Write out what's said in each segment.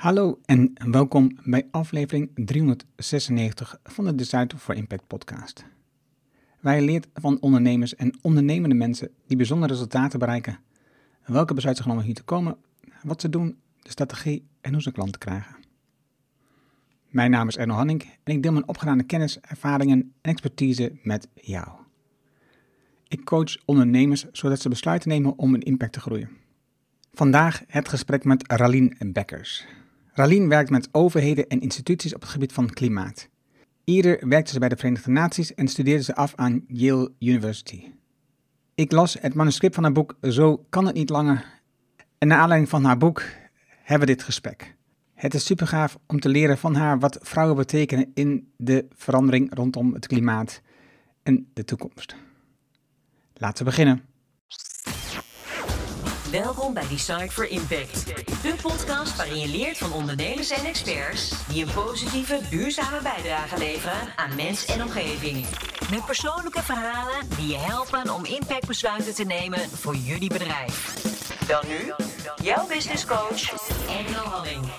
Hallo en welkom bij aflevering 396 van de Decide for Impact podcast. Waar je leert van ondernemers en ondernemende mensen die bijzondere resultaten bereiken, welke besluiten ze genomen hier te komen, wat ze doen, de strategie en hoe ze klanten krijgen. Mijn naam is Erno Hanning en ik deel mijn opgedane kennis, ervaringen en expertise met jou. Ik coach ondernemers zodat ze besluiten nemen om een impact te groeien. Vandaag het gesprek met Ralien Bekkers. Ralien werkt met overheden en instituties op het gebied van klimaat. Eerder werkte ze bij de Verenigde Naties en studeerde ze af aan Yale University. Ik las het manuscript van haar boek Zo kan het niet langer. En naar aanleiding van haar boek hebben we dit gesprek. Het is supergaaf om te leren van haar wat vrouwen betekenen in de verandering rondom het klimaat en de toekomst. Laten we beginnen. Welkom bij Decide for Impact, de podcast waarin je leert van ondernemers en experts die een positieve, duurzame bijdrage leveren aan mens en omgeving. Met persoonlijke verhalen die je helpen om impactbesluiten te nemen voor jullie bedrijf. Dan nu, jouw business coach, Erno Hanning.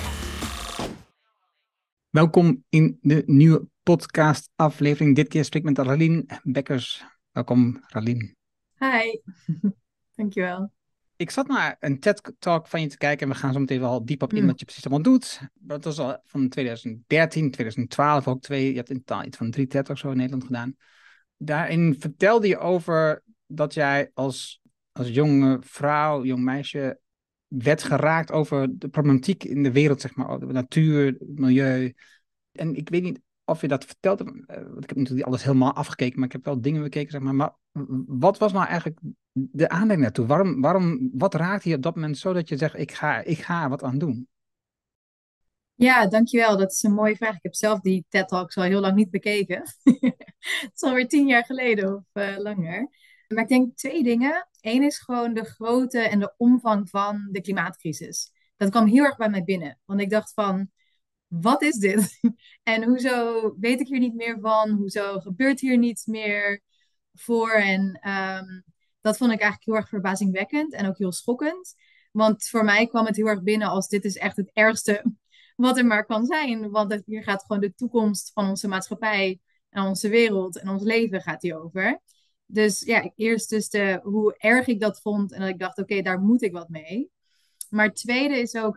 Welkom in de nieuwe podcast aflevering. Dit keer spreek ik met Ralien Bekkers. Welkom Ralien. Hi, dankjewel. Ik zat naar een TED-talk van je te kijken en we gaan zo meteen wel diep op in wat je precies allemaal doet. Dat was al van 2013, 2012 ook twee. Je hebt in totaal iets van 3 TED-talks zo in Nederland gedaan. Daarin vertelde je over dat jij als jonge vrouw, jong meisje, werd geraakt over de problematiek in de wereld, zeg maar, over de natuur, het milieu. En ik weet niet of je dat vertelde, want ik heb natuurlijk alles helemaal afgekeken, maar ik heb wel dingen bekeken, zeg maar. Maar wat was nou eigenlijk de aanleiding daartoe? Wat raakte je op dat moment zo dat je zegt, ik ga wat aan doen? Ja, dankjewel. Dat is een mooie vraag. Ik heb zelf die TED Talks al heel lang niet bekeken. Het is alweer 10 jaar geleden of langer. Maar ik denk 2 dingen. Eén is gewoon de grootte en de omvang van de klimaatcrisis. Dat kwam heel erg bij mij binnen. Want ik dacht van, wat is dit? En hoezo weet ik hier niet meer van? Hoezo gebeurt hier niets meer voor? En dat vond ik eigenlijk heel erg verbazingwekkend en ook heel schokkend. Want voor mij kwam het heel erg binnen als dit is echt het ergste wat er maar kan zijn. Want hier gaat gewoon de toekomst van onze maatschappij en onze wereld en ons leven gaat hier over. Dus ja, eerst dus hoe erg ik dat vond en dat ik dacht, oké, daar moet ik wat mee. Maar het tweede is ook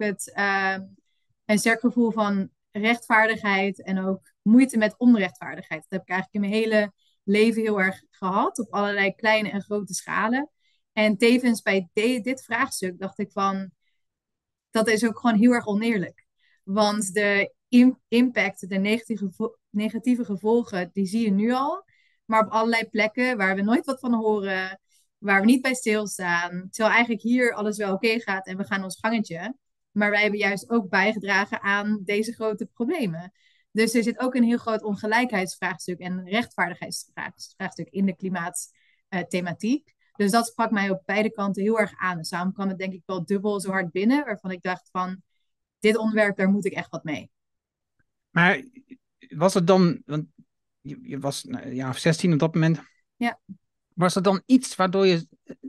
een sterk gevoel van rechtvaardigheid en ook moeite met onrechtvaardigheid. Dat heb ik eigenlijk in mijn hele leven heel erg gehad, op allerlei kleine en grote schalen. En tevens bij dit vraagstuk dacht ik van, dat is ook gewoon heel erg oneerlijk. Want de impact, de negatieve gevolgen, die zie je nu al. Maar op allerlei plekken waar we nooit wat van horen, waar we niet bij stilstaan. Terwijl eigenlijk hier alles wel oké gaat en we gaan ons gangetje. Maar wij hebben juist ook bijgedragen aan deze grote problemen. Dus er zit ook een heel groot ongelijkheidsvraagstuk en rechtvaardigheidsvraagstuk in de klimaatthematiek. Dus dat sprak mij op beide kanten heel erg aan. Dus daarom kwam het denk ik wel dubbel zo hard binnen, waarvan ik dacht van, dit onderwerp, daar moet ik echt wat mee. Maar was het dan, want je was een jaar of 16 op dat moment. Ja. Was er dan iets waardoor je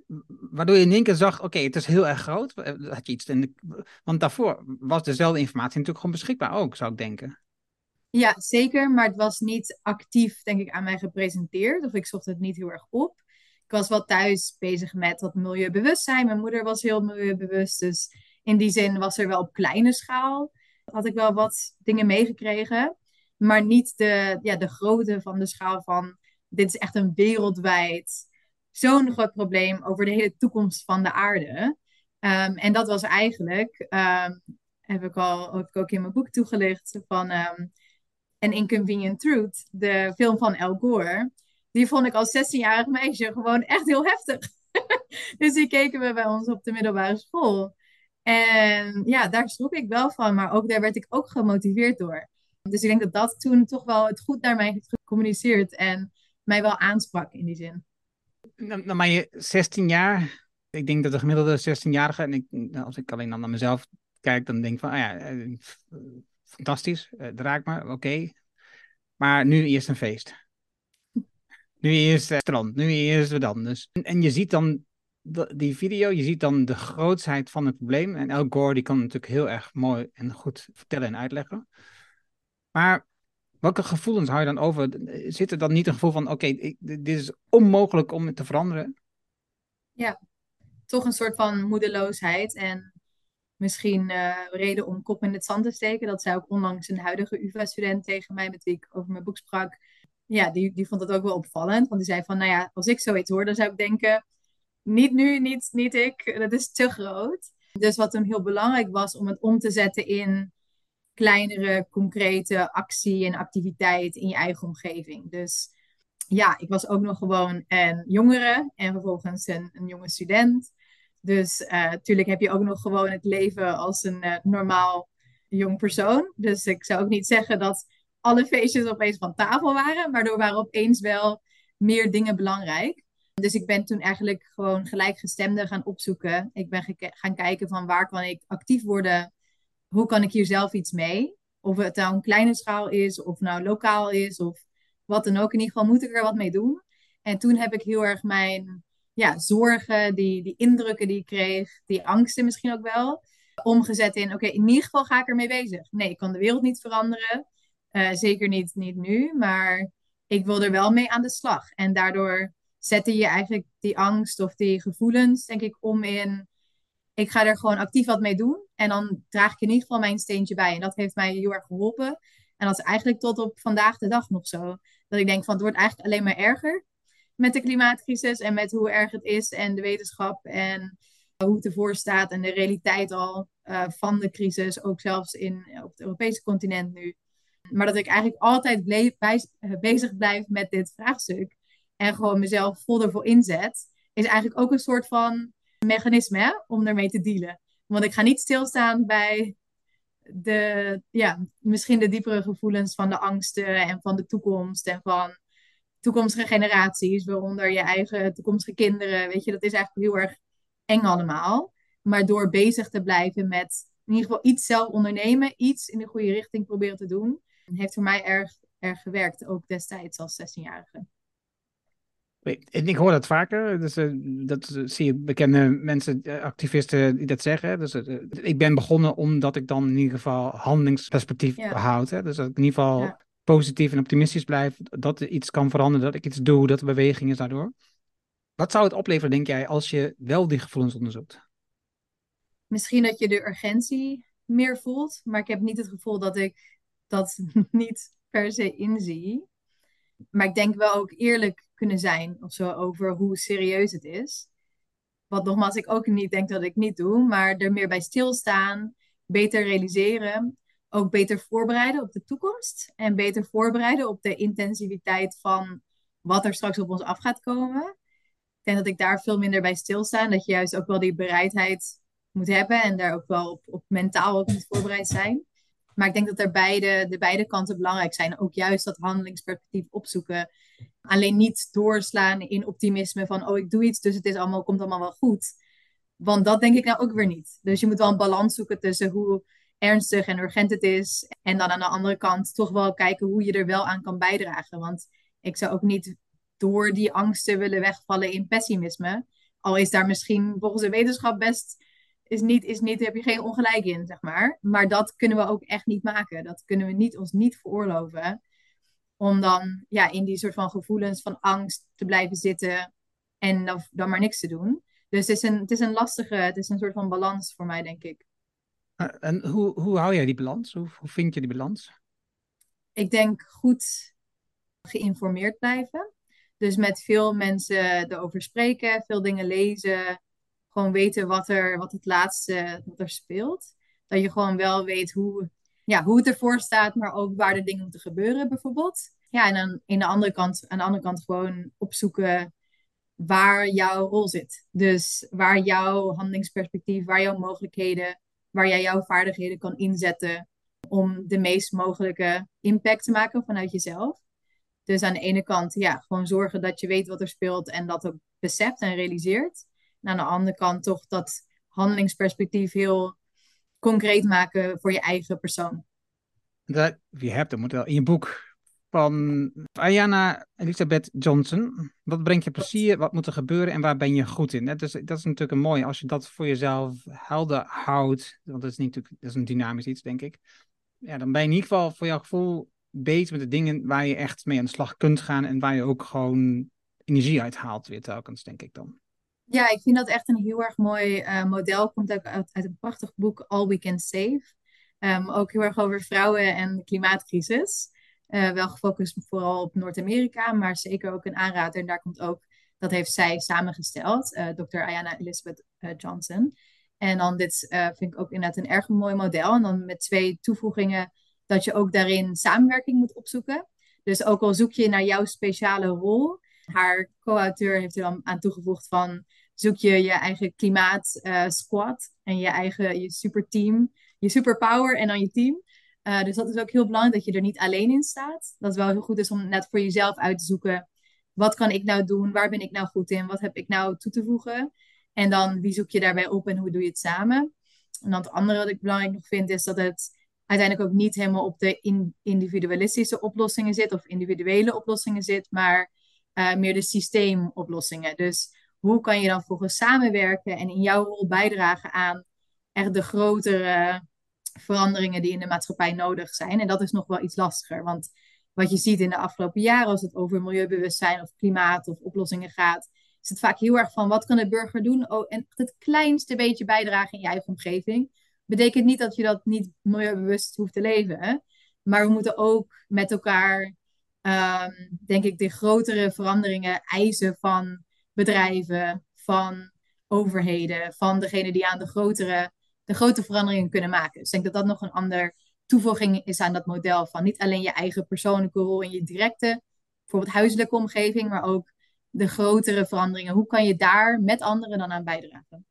in één keer zag, oké, het is heel erg groot. Had je iets want daarvoor was dezelfde informatie natuurlijk gewoon beschikbaar ook, zou ik denken. Ja, zeker. Maar het was niet actief, denk ik, aan mij gepresenteerd. Of ik zocht het niet heel erg op. Ik was wel thuis bezig met wat milieubewustzijn. Mijn moeder was heel milieubewust. Dus in die zin was er wel op kleine schaal. Had ik wel wat dingen meegekregen. Maar niet de grootte van de schaal van... Dit is echt een wereldwijd zo'n groot probleem over de hele toekomst van de aarde. En dat was eigenlijk... heb ik ook in mijn boek toegelicht van... An Inconvenient Truth, de film van Al Gore, die vond ik als 16-jarig meisje gewoon echt heel heftig. Dus die keken we bij ons op de middelbare school. En ja, daar schrok ik wel van, maar ook daar werd ik ook gemotiveerd door. Dus ik denk dat dat toen toch wel het goed naar mij heeft gecommuniceerd en mij wel aansprak in die zin. Nou, maar je 16 jaar, ik denk dat de gemiddelde 16-jarige, en als ik alleen dan naar mezelf kijk, dan denk ik van, fantastisch, het raakt me, oké. Maar nu eerst een feest. Nu eerst strand, nu eerst wat anders. En je ziet dan die video, je ziet dan de grootsheid van het probleem. En Al Gore die kan natuurlijk heel erg mooi en goed vertellen en uitleggen. Maar welke gevoelens hou je dan over? Zit er dan niet een gevoel van, oké, dit is onmogelijk om het te veranderen? Ja, toch een soort van moedeloosheid en misschien reden om kop in het zand te steken. Dat zei ook onlangs een huidige UvA-student tegen mij met wie ik over mijn boek sprak. Ja, die vond het ook wel opvallend. Want die zei van, nou ja, als ik zoiets hoor, dan zou ik denken, niet nu, niet ik. Dat is te groot. Dus wat toen heel belangrijk was om het om te zetten in kleinere, concrete actie en activiteit in je eigen omgeving. Dus ja, ik was ook nog gewoon een jongere en vervolgens een jonge student. Dus natuurlijk heb je ook nog gewoon het leven als een normaal jong persoon. Dus ik zou ook niet zeggen dat alle feestjes opeens van tafel waren, maar er waren opeens wel meer dingen belangrijk. Dus ik ben toen eigenlijk gewoon gelijkgestemden gaan opzoeken. Ik ben gaan kijken van waar kan ik actief worden? Hoe kan ik hier zelf iets mee? Of het nou een kleine schaal is, of nou lokaal is, of wat dan ook. In ieder geval moet ik er wat mee doen. En toen heb ik heel erg mijn zorgen, die indrukken die ik kreeg, die angsten misschien ook wel, omgezet in, oké, in ieder geval ga ik ermee bezig. Nee, ik kan de wereld niet veranderen. Zeker niet nu, maar ik wil er wel mee aan de slag. En daardoor zette je eigenlijk die angst of die gevoelens, denk ik, om in, ik ga er gewoon actief wat mee doen. En dan draag ik in ieder geval mijn steentje bij. En dat heeft mij heel erg geholpen. En dat is eigenlijk tot op vandaag de dag nog zo. Dat ik denk van, het wordt eigenlijk alleen maar erger met de klimaatcrisis en met hoe erg het is en de wetenschap en hoe het ervoor staat en de realiteit al van de crisis, ook zelfs op het Europese continent nu. Maar dat ik eigenlijk altijd bezig blijf met dit vraagstuk en gewoon mezelf vol ervoor inzet, is eigenlijk ook een soort van mechanisme hè, om ermee te dealen. Want ik ga niet stilstaan bij misschien de diepere gevoelens van de angsten en van de toekomst en van toekomstige generaties, waaronder je eigen toekomstige kinderen. Weet je, dat is eigenlijk heel erg eng allemaal. Maar door bezig te blijven met in ieder geval iets zelf ondernemen, iets in de goede richting proberen te doen, heeft voor mij erg gewerkt, ook destijds als 16-jarige. En ik hoor dat vaker, dus, zie je bekende mensen, activisten die dat zeggen. Dus, ik ben begonnen omdat ik dan in ieder geval handelingsperspectief behoud. Hè? Dus dat ik in ieder geval positief en optimistisch blijf, dat er iets kan veranderen, dat ik iets doe, dat er beweging is daardoor. Wat zou het opleveren, denk jij, als je wel die gevoelens onderzoekt? Misschien dat je de urgentie meer voelt, maar ik heb niet het gevoel dat ik dat niet per se inzie. Maar ik denk wel ook eerlijk kunnen zijn of zo over hoe serieus het is. Wat nogmaals, ik ook niet denk dat ik niet doe, maar er meer bij stilstaan, beter realiseren, ook beter voorbereiden op de toekomst en beter voorbereiden op de intensiviteit van wat er straks op ons af gaat komen. Ik denk dat ik daar veel minder bij stilsta en dat je juist ook wel die bereidheid moet hebben en daar ook wel op mentaal ook moet voorbereid zijn. Maar ik denk dat de beide kanten belangrijk zijn. Ook juist dat handelingsperspectief opzoeken. Alleen niet doorslaan in optimisme van, oh, ik doe iets, dus komt allemaal wel goed. Want dat denk ik nou ook weer niet. Dus je moet wel een balans zoeken tussen hoe ernstig en urgent het is. En dan aan de andere kant toch wel kijken hoe je er wel aan kan bijdragen. Want ik zou ook niet door die angsten willen wegvallen in pessimisme. Al is daar misschien volgens de wetenschap best is niet, heb je geen ongelijk in, zeg maar. Maar dat kunnen we ook echt niet maken. Dat kunnen we ons niet veroorloven. Om dan in die soort van gevoelens van angst te blijven zitten en dan maar niks te doen. Dus het is een soort van balans voor mij, denk ik. En hoe hou jij die balans? Hoe vind je die balans? Ik denk goed geïnformeerd blijven. Dus met veel mensen erover spreken, veel dingen lezen. Gewoon weten wat het laatste wat er speelt. Dat je gewoon wel weet hoe het ervoor staat, maar ook waar de dingen moeten gebeuren, bijvoorbeeld. Ja, en dan aan de andere kant gewoon opzoeken waar jouw rol zit. Dus waar jouw handelingsperspectief, waar jouw mogelijkheden, waar jij jouw vaardigheden kan inzetten om de meest mogelijke impact te maken vanuit jezelf. Dus aan de ene kant, gewoon zorgen dat je weet wat er speelt en dat ook beseft en realiseert. En aan de andere kant toch dat handelingsperspectief heel concreet maken voor je eigen persoon. Je hebt, dat moet wel in je boek van Ayana Elizabeth Johnson. Wat brengt je plezier? Wat moet er gebeuren? En waar ben je goed in? Dat is natuurlijk een mooi als je dat voor jezelf helder houdt. Want dat is een dynamisch iets, denk ik. Ja, dan ben je in ieder geval voor jouw gevoel bezig met de dingen waar je echt mee aan de slag kunt gaan. En waar je ook gewoon energie uit haalt weer telkens, denk ik dan. Ja, ik vind dat echt een heel erg mooi model. Komt ook uit een prachtig boek, All We Can Save. Ook heel erg over vrouwen en de klimaatcrisis. Wel gefocust vooral op Noord-Amerika, maar zeker ook een aanrader. En daar komt ook, dat heeft zij samengesteld, Dr. Ayana Elizabeth Johnson. En dan dit vind ik ook inderdaad een erg mooi model. En dan met 2 toevoegingen dat je ook daarin samenwerking moet opzoeken. Dus ook al zoek je naar jouw speciale rol. Haar co-auteur heeft er dan aan toegevoegd van zoek je je eigen klimaat squad en je superteam, je superpower en dan je team. Dus dat is ook heel belangrijk dat je er niet alleen in staat. Dat het wel heel goed is om net voor jezelf uit te zoeken. Wat kan ik nou doen? Waar ben ik nou goed in? Wat heb ik nou toe te voegen? En dan wie zoek je daarbij op en hoe doe je het samen? En dan het andere wat ik belangrijk nog vind is dat het uiteindelijk ook niet helemaal op de individualistische oplossingen zit of individuele oplossingen zit, maar meer de systeemoplossingen. Dus hoe kan je dan volgens samenwerken en in jouw rol bijdragen aan echt de grotere veranderingen die in de maatschappij nodig zijn? En dat is nog wel iets lastiger, want wat je ziet in de afgelopen jaren als het over milieubewustzijn of klimaat of oplossingen gaat, is het vaak heel erg van wat kan de burger doen? Oh, en het kleinste beetje bijdragen in je eigen omgeving. Betekent niet dat je dat niet milieubewust hoeft te leven. Hè? Maar we moeten ook met elkaar, denk ik, de grotere veranderingen eisen van bedrijven, van overheden, van degene die aan de grote veranderingen kunnen maken. Dus ik denk dat dat nog een ander toevoeging is aan dat model van niet alleen je eigen persoonlijke rol in je directe, bijvoorbeeld huiselijke omgeving, maar ook de grotere veranderingen. Hoe kan je daar met anderen dan aan bijdragen?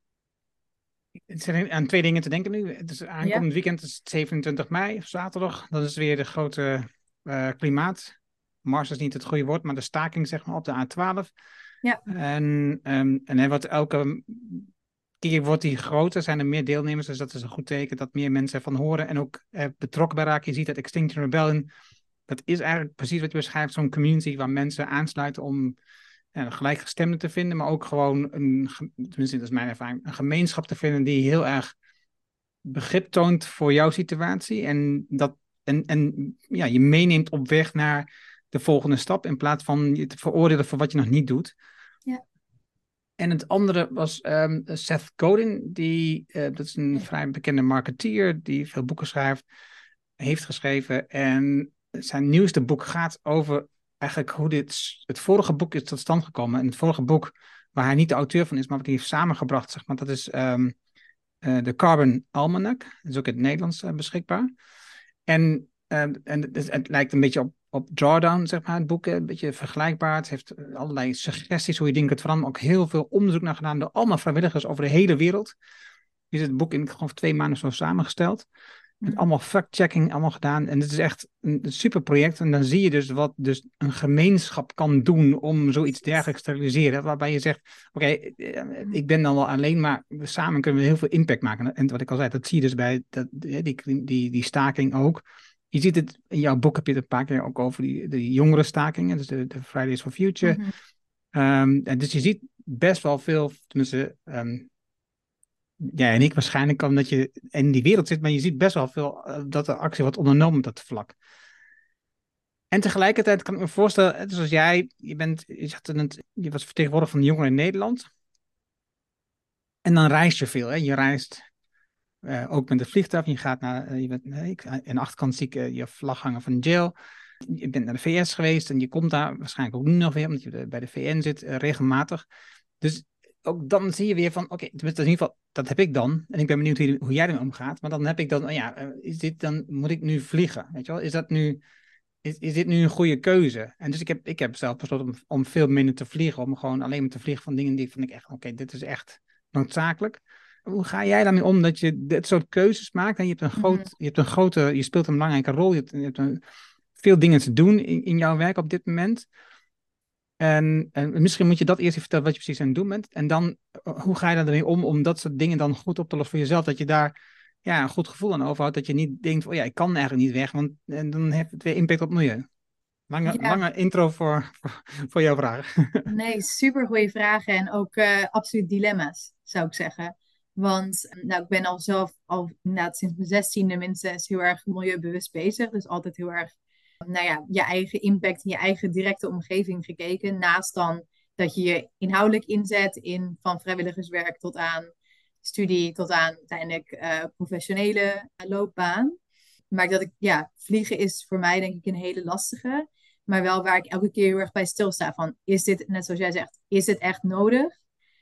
Het zijn aan 2 dingen te denken nu. Het is aankomend Ja. weekend, het is 27 mei, zaterdag. Dat is weer de grote klimaatmars is niet het goede woord, maar de staking zeg maar op de A12. Ja. En hij wordt elke keer wordt die groter, zijn er meer deelnemers, dus dat is een goed teken dat meer mensen ervan horen en ook betrokken bij raken. Je ziet dat Extinction Rebellion, dat is eigenlijk precies wat je beschrijft, zo'n community waar mensen aansluiten om gelijkgestemden te vinden, maar ook gewoon, tenminste dat is mijn ervaring, een gemeenschap te vinden die heel erg begrip toont voor jouw situatie en ja, je meeneemt op weg naar de volgende stap in plaats van je te veroordelen voor wat je nog niet doet. Ja. En het andere was Seth Godin, dat is een vrij bekende marketeer die veel boeken schrijft, heeft geschreven. En zijn nieuwste boek gaat over eigenlijk hoe het vorige boek is tot stand gekomen. En het vorige boek, waar hij niet de auteur van is, maar wat hij heeft samengebracht, zeg maar, dat is de Carbon Almanac. Dat is ook in het Nederlands beschikbaar. En het lijkt een beetje op Drawdown, zeg maar, het boek. Een beetje vergelijkbaar. Het heeft allerlei suggesties hoe je dingen kunt veranderen. Ook heel veel onderzoek naar gedaan door allemaal vrijwilligers over de hele wereld. Is het boek in gewoon 2 maanden zo samengesteld. Met allemaal fact-checking allemaal gedaan. En het is echt een super project. En dan zie je dus wat dus een gemeenschap kan doen om zoiets dergelijks te realiseren. Waarbij je zegt, oké, ik ben dan wel alleen, maar samen kunnen we heel veel impact maken. En wat ik al zei, dat zie je dus bij die staking ook. Je ziet het, in jouw boek heb je het een paar keer ook over die jongere stakingen. Dus de Fridays for Future. En dus je ziet best wel veel, tenminste... ja, en ik waarschijnlijk omdat je in die wereld zit, maar je ziet best wel veel dat er actie wordt ondernomen op dat vlak. En tegelijkertijd kan ik me voorstellen, zoals jij, je was vertegenwoordiger van de jongeren in Nederland. En dan reis je veel, hè? Je reist ook met het vliegtuig. Je gaat naar, aan de achterkant zie ik je vlag hangen van de jail. Je bent naar de VS geweest en je komt daar waarschijnlijk ook nu nog weer, omdat je bij de VN zit, regelmatig. Dus ook dan zie je weer van, oké, tenminste in ieder geval, dat heb ik dan. En ik ben benieuwd hoe jij ermee omgaat. Maar dan heb ik dan, moet ik nu vliegen? Weet je wel? Is dit nu een goede keuze? En dus ik heb zelf besloten om veel minder te vliegen. Om gewoon alleen maar te vliegen van dingen die vind ik echt, oké, dit is echt noodzakelijk. Hoe ga jij daarmee om dat je dit soort keuzes maakt? En je speelt een belangrijke rol. Je hebt veel dingen te doen in jouw werk op dit moment. En misschien moet je dat eerst even vertellen wat je precies aan het doen bent. En dan, hoe ga je daarmee om dat soort dingen dan goed op te lossen voor jezelf? Dat je daar een goed gevoel aan overhoudt. Dat je niet denkt, ik kan eigenlijk niet weg. Want dan heeft het weer impact op het milieu. Ja, Lange intro voor jouw vraag. nee, super goede vragen en ook absoluut dilemma's, zou ik zeggen. Want nou, ik ben al zelf al inderdaad sinds mijn 16e minstens heel erg milieubewust bezig. Dus altijd heel erg, nou ja, je eigen impact in je eigen directe omgeving gekeken. Naast dan dat je je inhoudelijk inzet in van vrijwilligerswerk tot aan studie, tot aan uiteindelijk professionele loopbaan. Maar dat ik, ja, vliegen is voor mij denk ik een hele lastige. Maar wel waar ik elke keer heel erg bij stilsta van, is dit, net zoals jij zegt, is dit echt nodig?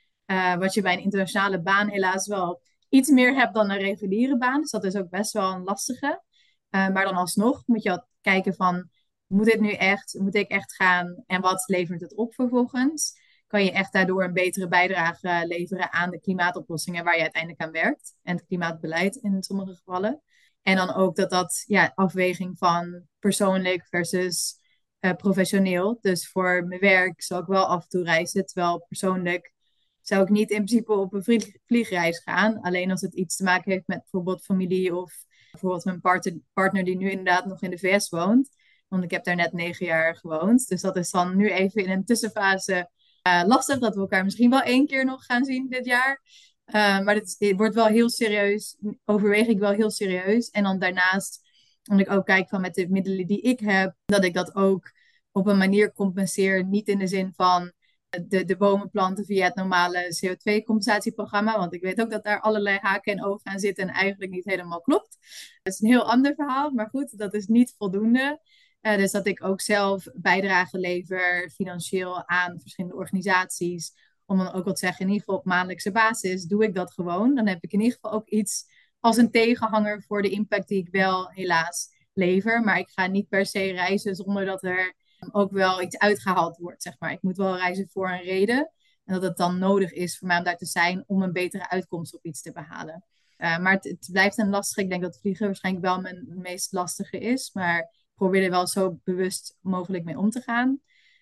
Wat je bij een internationale baan helaas wel iets meer hebt dan een reguliere baan. Dus dat is ook best wel een lastige. Maar dan alsnog moet je al kijken van, moet dit nu echt? Moet ik echt gaan? En wat levert het op vervolgens? Kan je echt daardoor een betere bijdrage leveren aan de klimaatoplossingen waar je uiteindelijk aan werkt? En het klimaatbeleid in sommige gevallen. En dan ook dat ja, afweging van persoonlijk versus professioneel. Dus voor mijn werk zal ik wel af en toe reizen, terwijl persoonlijk zou ik niet in principe op een vliegreis gaan. Alleen als het iets te maken heeft met bijvoorbeeld familie of bijvoorbeeld mijn partner die nu inderdaad nog in de VS woont. Want ik heb daar net 9 jaar gewoond. Dus dat is dan nu even in een tussenfase lastig dat we elkaar misschien wel 1 keer nog gaan zien dit jaar. Maar dit wordt wel heel serieus, overweeg ik wel heel serieus. En dan daarnaast, omdat ik ook kijk van met de middelen die ik heb, dat ik dat ook op een manier compenseer. Niet in de zin van de bomen planten via het normale CO2-compensatieprogramma. Want ik weet ook dat daar allerlei haken en ogen aan zitten en eigenlijk niet helemaal klopt. Dat is een heel ander verhaal, maar goed, dat is niet voldoende. Dus dat ik ook zelf bijdrage lever financieel aan verschillende organisaties. Om dan ook wat te zeggen, in ieder geval op maandelijkse basis doe ik dat gewoon. Dan heb ik in ieder geval ook iets als een tegenhanger voor de impact die ik wel helaas lever. Maar ik ga niet per se reizen zonder dat er ook wel iets uitgehaald wordt, zeg maar. Ik moet wel reizen voor een reden. En dat het dan nodig is voor mij om daar te zijn om een betere uitkomst op iets te behalen. Maar het blijft een lastige. Ik denk dat vliegen waarschijnlijk wel mijn meest lastige is. Maar ik probeer er wel zo bewust mogelijk mee om te gaan.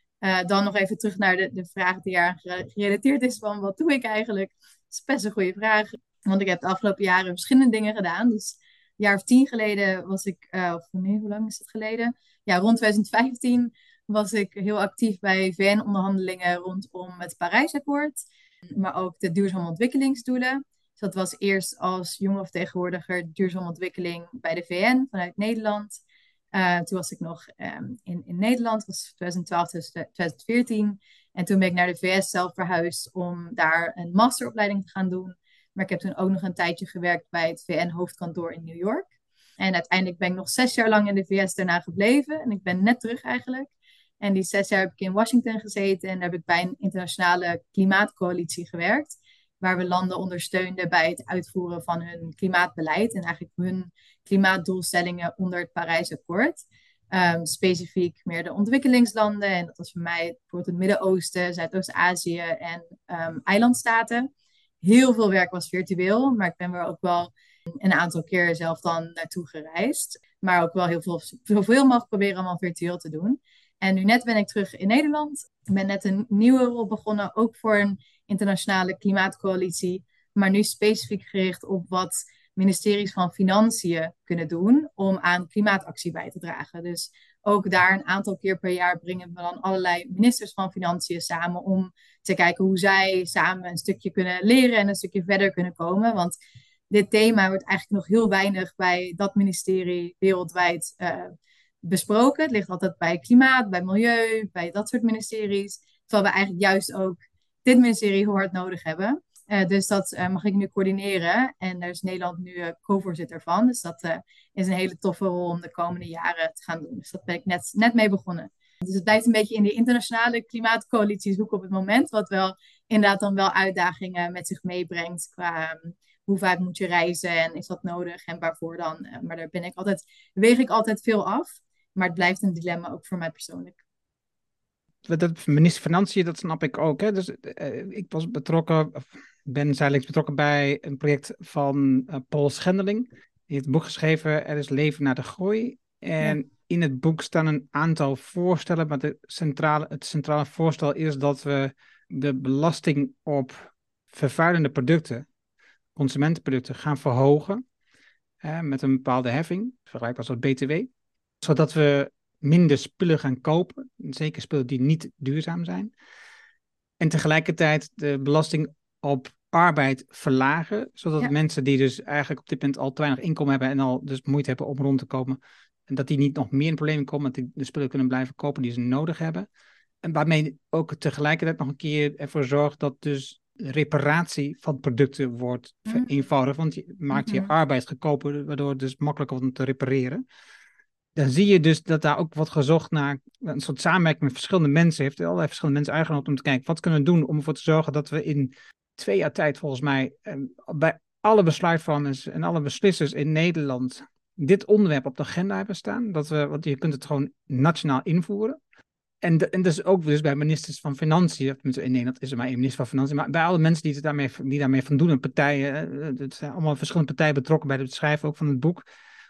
Dan nog even terug naar de vraag die aan gerelateerd is van wat doe ik eigenlijk? Dat is best een goede vraag. Want ik heb de afgelopen jaren verschillende dingen gedaan. Dus een jaar of 10 geleden was ik, of nee, hoe lang is het geleden? Ja, rond 2015 was ik heel actief bij VN-onderhandelingen rondom het Parijsakkoord. Maar ook de duurzame ontwikkelingsdoelen. Dus dat was eerst als jonge vertegenwoordiger duurzame ontwikkeling bij de VN vanuit Nederland. Toen was ik nog in Nederland, was 2012 tot 2014. En toen ben ik naar de VS zelf verhuisd om daar een masteropleiding te gaan doen. Maar ik heb toen ook nog een tijdje gewerkt bij het VN-hoofdkantoor in New York. En uiteindelijk ben ik nog 6 jaar lang in de VS daarna gebleven. En ik ben net terug eigenlijk. En die 6 jaar heb ik in Washington gezeten. En daar heb ik bij een internationale klimaatcoalitie gewerkt. Waar we landen ondersteunden bij het uitvoeren van hun klimaatbeleid. En eigenlijk hun klimaatdoelstellingen onder het Parijsakkoord. Specifiek meer de ontwikkelingslanden. En dat was voor mij bijvoorbeeld het Midden-Oosten, Zuidoost-Azië en eilandstaten. Heel veel werk was virtueel, maar ik ben er ook wel een aantal keer zelf dan naartoe gereisd. Maar ook wel heel veel, zoveel mogelijk proberen allemaal virtueel te doen. En nu net ben ik terug in Nederland. Ik ben net een nieuwe rol begonnen, ook voor een internationale klimaatcoalitie. Maar nu specifiek gericht op wat ministeries van Financiën kunnen doen om aan klimaatactie bij te dragen. Dus ook daar een aantal keer per jaar brengen we dan allerlei ministers van Financiën samen om te kijken hoe zij samen een stukje kunnen leren en een stukje verder kunnen komen. Want dit thema wordt eigenlijk nog heel weinig bij dat ministerie wereldwijd besproken. Het ligt altijd bij klimaat, bij milieu, bij dat soort ministeries. Terwijl we eigenlijk juist ook dit ministerie heel hard nodig hebben. Dus dat mag ik nu coördineren. En daar is Nederland nu co-voorzitter van. Dus dat is een hele toffe rol om de komende jaren te gaan doen. Dus dat ben ik net mee begonnen. Dus het blijft een beetje in de internationale klimaatcoalitie zoeken op het moment. Wat wel inderdaad dan wel uitdagingen met zich meebrengt. Qua hoe vaak moet je reizen en is dat nodig en waarvoor dan. Maar daar weeg ik altijd veel af. Maar het blijft een dilemma ook voor mij persoonlijk. Dat minister van Financiën, dat snap ik ook. Hè? Dus ik was betrokken, ben zijdelings betrokken bij een project van Paul Schendeling. Die heeft een boek geschreven, Er is leven na de groei. En Ja. in het boek staan een aantal voorstellen, maar het centrale voorstel is dat we de belasting op vervuilende producten, consumentenproducten, gaan verhogen met een bepaalde heffing, vergelijkbaar als BTW. Zodat we minder spullen gaan kopen. Zeker spullen die niet duurzaam zijn. En tegelijkertijd de belasting op arbeid verlagen. Zodat mensen die dus eigenlijk op dit moment al te weinig inkomen hebben en al dus moeite hebben om rond te komen. En dat die niet nog meer in problemen komen. Dat die de spullen kunnen blijven kopen die ze nodig hebben. En waarmee ook tegelijkertijd nog een keer ervoor zorgt dat dus reparatie van producten wordt vereenvoudigd. Want je maakt je arbeid goedkoper, waardoor het dus makkelijker wordt om te repareren. Dan zie je dus dat daar ook wordt gezocht naar een soort samenwerking met verschillende mensen. Heeft allerlei verschillende mensen uitgenodigd om te kijken, wat kunnen we doen om ervoor te zorgen dat we in 2 jaar tijd volgens mij bij alle besluitvormers en alle beslissers in Nederland dit onderwerp op de agenda hebben staan. Want je kunt het gewoon nationaal invoeren. En dat is ook dus bij ministers van Financiën, in Nederland is er maar één minister van Financiën, maar bij alle mensen die daarmee van doen, en partijen, het zijn allemaal verschillende partijen betrokken bij het schrijven ook van het boek,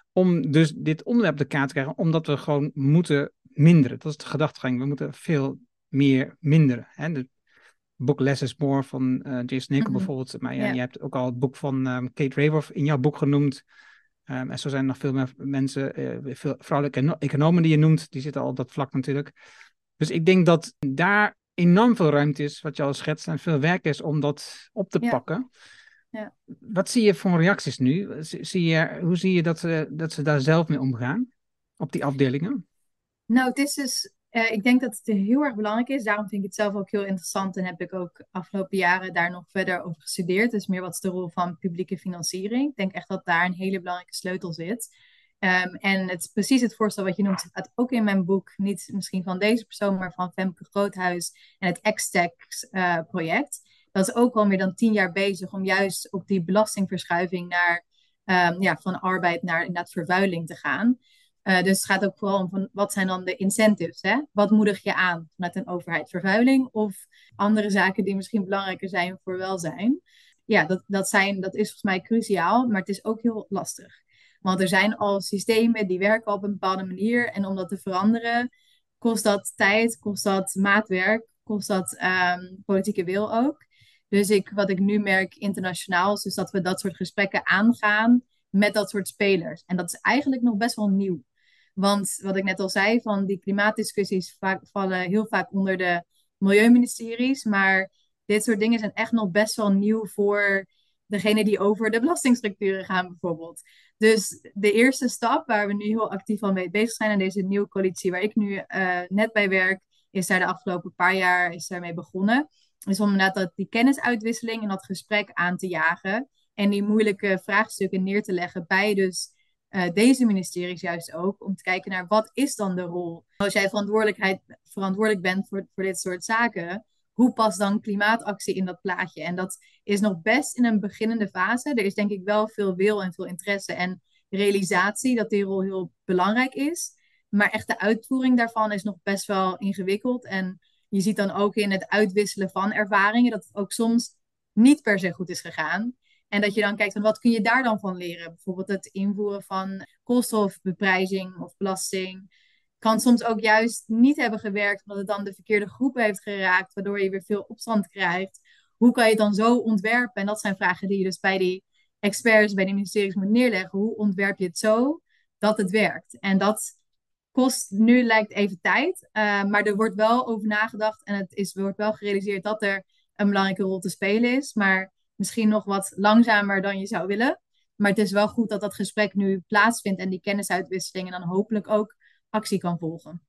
om dus dit onderwerp de kaart te krijgen, omdat we gewoon moeten minderen. Dat is de gedachtegang, we moeten veel meer minderen. Hè? Het boek Less is More van Jason Hickel bijvoorbeeld, maar je hebt ook al het boek van Kate Raworth in jouw boek genoemd. En zo zijn er nog veel meer mensen, veel vrouwelijke economen die je noemt, die zitten al op dat vlak natuurlijk. Dus ik denk dat daar enorm veel ruimte is, wat je al schetst, en veel werk is om dat op te pakken. Ja. Wat zie je voor reacties nu? Hoe zie je dat ze daar zelf mee omgaan, op die afdelingen? Nou, het is dus, ik denk dat het heel erg belangrijk is. Daarom vind ik het zelf ook heel interessant en heb ik ook afgelopen jaren daar nog verder over gestudeerd. Dus meer wat is de rol van publieke financiering. Ik denk echt dat daar een hele belangrijke sleutel zit. En precies het voorstel wat je noemt, staat ook in mijn boek, niet misschien van deze persoon, maar van Femke Groothuis en het X-Tax project. Dat is ook al meer dan 10 jaar bezig om juist op die belastingverschuiving naar, van arbeid naar inderdaad vervuiling te gaan. Dus het gaat ook vooral om van wat zijn dan de incentives? Hè? Wat moedig je aan vanuit een overheid? Vervuiling of andere zaken die misschien belangrijker zijn voor welzijn? Ja, dat is volgens mij cruciaal, maar het is ook heel lastig. Want er zijn al systemen die werken op een bepaalde manier. En om dat te veranderen, kost dat tijd, kost dat maatwerk, kost dat politieke wil ook. Dus wat ik nu merk internationaal is dus dat we dat soort gesprekken aangaan met dat soort spelers. En dat is eigenlijk nog best wel nieuw. Want wat ik net al zei, van die klimaatdiscussies vallen heel vaak onder de milieuministeries. Maar dit soort dingen zijn echt nog best wel nieuw voor degene die over de belastingstructuren gaan bijvoorbeeld. Dus de eerste stap waar we nu heel actief al mee bezig zijn, en deze nieuwe coalitie waar ik nu net bij werk, is daar de afgelopen paar jaar daarmee begonnen. Dus om inderdaad die kennisuitwisseling en dat gesprek aan te jagen en die moeilijke vraagstukken neer te leggen bij dus deze ministeries juist ook, om te kijken naar wat is dan de rol. Als jij verantwoordelijk bent voor dit soort zaken, hoe past dan klimaatactie in dat plaatje? En dat is nog best in een beginnende fase. Er is denk ik wel veel wil en veel interesse en realisatie dat die rol heel belangrijk is. Maar echt de uitvoering daarvan is nog best wel ingewikkeld. En je ziet dan ook in het uitwisselen van ervaringen dat het ook soms niet per se goed is gegaan. En dat je dan kijkt van wat kun je daar dan van leren? Bijvoorbeeld het invoeren van koolstofbeprijzing of belasting kan soms ook juist niet hebben gewerkt, omdat het dan de verkeerde groepen heeft geraakt, waardoor je weer veel opstand krijgt. Hoe kan je het dan zo ontwerpen? En dat zijn vragen die je dus bij die experts, bij die ministeries moet neerleggen. Hoe ontwerp je het zo dat het werkt? En dat kost nu lijkt even tijd, maar er wordt wel over nagedacht en wordt wel gerealiseerd dat er een belangrijke rol te spelen is, maar misschien nog wat langzamer dan je zou willen. Maar het is wel goed dat dat gesprek nu plaatsvindt en die kennisuitwisseling en dan hopelijk ook actie kan volgen.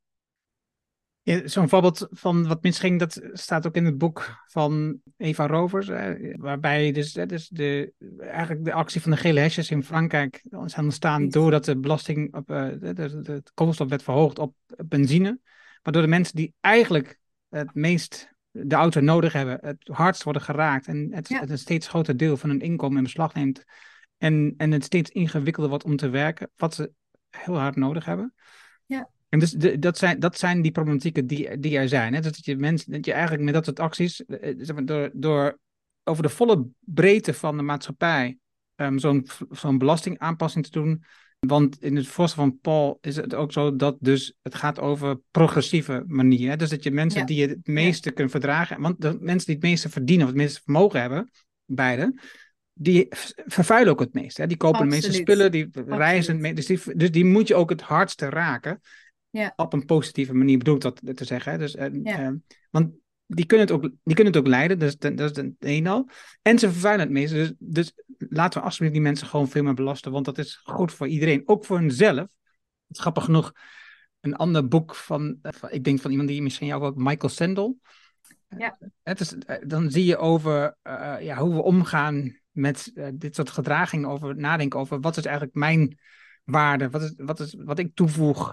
Ja, zo'n voorbeeld van wat misging, dat staat ook in het boek van Eva Rovers, waarbij eigenlijk de actie van de gele hesjes in Frankrijk zijn ontstaan doordat de belasting op de koolstof werd verhoogd op benzine, waardoor de mensen die eigenlijk het meest de auto nodig hebben, het hardst worden geraakt en het een steeds groter deel van hun inkomen in beslag neemt en het steeds ingewikkelder wordt om te werken, wat ze heel hard nodig hebben. Ja. En dus dat zijn die problematieken die er zijn. Hè? Dat je eigenlijk met dat soort acties, door over de volle breedte van de maatschappij zo'n belastingaanpassing te doen. Want in het voorstel van Paul is het ook zo dat dus het gaat over progressieve manieren. Hè? Dus dat je mensen die het meeste kunnen verdragen, want de mensen die het meeste verdienen of het meeste vermogen hebben, beide, die vervuilen ook het meest. Hè? Die kopen de meeste spullen, die reizen het meest. Dus die moet je ook het hardste raken. Ja, Op een positieve manier bedoel ik dat te zeggen. Hè? Dus, ja, want die kunnen het ook leiden, dus dat is het een al. En ze vervuilen het meest. Dus laten we alsjeblieft die mensen gewoon veel meer belasten, want dat is goed voor iedereen, ook voor hunzelf. Het is grappig genoeg, een ander boek ik denk van iemand die misschien jou ook, Michael Sandel. ja, Het is, dan zie je over hoe we omgaan met dit soort gedragingen, over nadenken over wat is eigenlijk mijn waarde, wat ik toevoeg,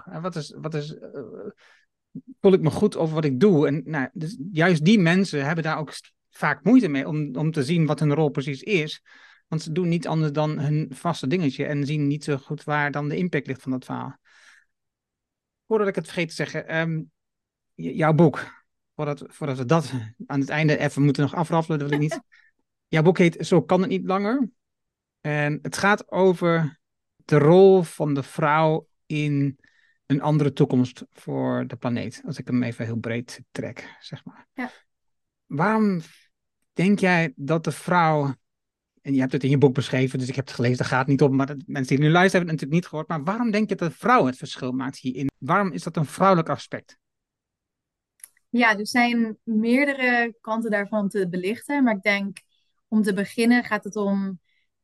voel ik me goed over wat ik doe. En nou, dus juist die mensen hebben daar ook vaak moeite mee om te zien wat hun rol precies is. Want ze doen niet anders dan hun vaste dingetje en zien niet zo goed waar dan de impact ligt van dat verhaal. Voordat ik het vergeet te zeggen, jouw boek. Voordat we dat aan het einde even moeten nog afraffelen, dat wil ik niet. Jouw boek heet Zo kan het niet langer. En het gaat over de rol van de vrouw in een andere toekomst voor de planeet. Als ik hem even heel breed trek, zeg maar. ja. Waarom denk jij dat de vrouw... En je hebt het in je boek beschreven, dus ik heb het gelezen, daar gaat het niet om. Maar mensen die nu luisteren hebben het natuurlijk niet gehoord. Maar waarom denk je dat de vrouw het verschil maakt hierin? Waarom is dat een vrouwelijk aspect? Ja, er zijn meerdere kanten daarvan te belichten. Maar ik denk, om te beginnen gaat het om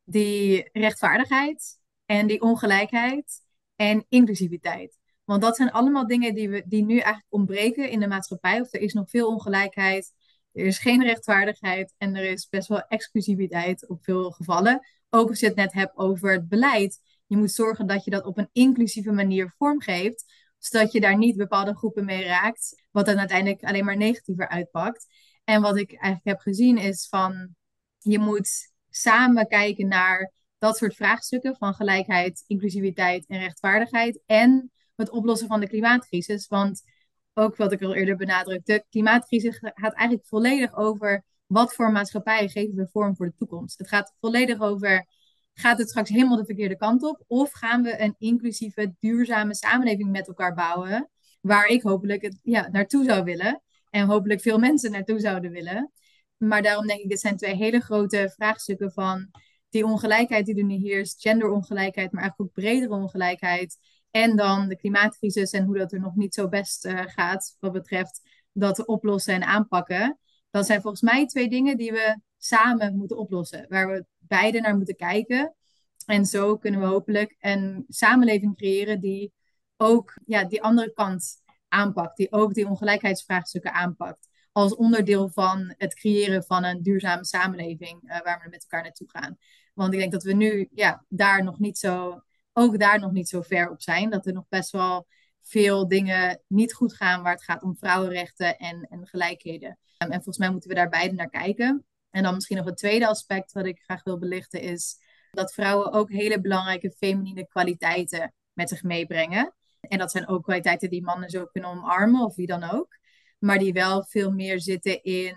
die rechtvaardigheid en die ongelijkheid en inclusiviteit. Want dat zijn allemaal dingen die nu eigenlijk ontbreken in de maatschappij. Of er is nog veel ongelijkheid, er is geen rechtvaardigheid en er is best wel exclusiviteit op veel gevallen. Ook als je het net hebt over het beleid. Je moet zorgen dat je dat op een inclusieve manier vormgeeft, zodat je daar niet bepaalde groepen mee raakt, wat dan uiteindelijk alleen maar negatiever uitpakt. En wat ik eigenlijk heb gezien is van, je moet samen kijken naar dat soort vraagstukken van gelijkheid, inclusiviteit en rechtvaardigheid en het oplossen van de klimaatcrisis. Want ook wat ik al eerder benadrukte, de klimaatcrisis gaat eigenlijk volledig over wat voor maatschappij geven we vorm voor de toekomst. Het gaat volledig over, gaat het straks helemaal de verkeerde kant op? Of gaan we een inclusieve, duurzame samenleving met elkaar bouwen, waar ik hopelijk naartoe zou willen en hopelijk veel mensen naartoe zouden willen. Maar daarom denk ik, dit zijn twee hele grote vraagstukken van die ongelijkheid die er nu heerst, genderongelijkheid, maar eigenlijk ook bredere ongelijkheid. En dan de klimaatcrisis en hoe dat er nog niet zo best gaat wat betreft dat te oplossen en aanpakken. Dat zijn volgens mij twee dingen die we samen moeten oplossen, waar we beide naar moeten kijken. En zo kunnen we hopelijk een samenleving creëren die ook die andere kant aanpakt, die ook die ongelijkheidsvraagstukken aanpakt als onderdeel van het creëren van een duurzame samenleving waar we met elkaar naartoe gaan. Want ik denk dat we nu daar nog niet zo, ook daar nog niet zo ver op zijn. Dat er nog best wel veel dingen niet goed gaan waar het gaat om vrouwenrechten en gelijkheden. En volgens mij moeten we daar beide naar kijken. En dan misschien nog een tweede aspect wat ik graag wil belichten is dat vrouwen ook hele belangrijke feminine kwaliteiten met zich meebrengen. En dat zijn ook kwaliteiten die mannen zo kunnen omarmen of wie dan ook. Maar die wel veel meer zitten in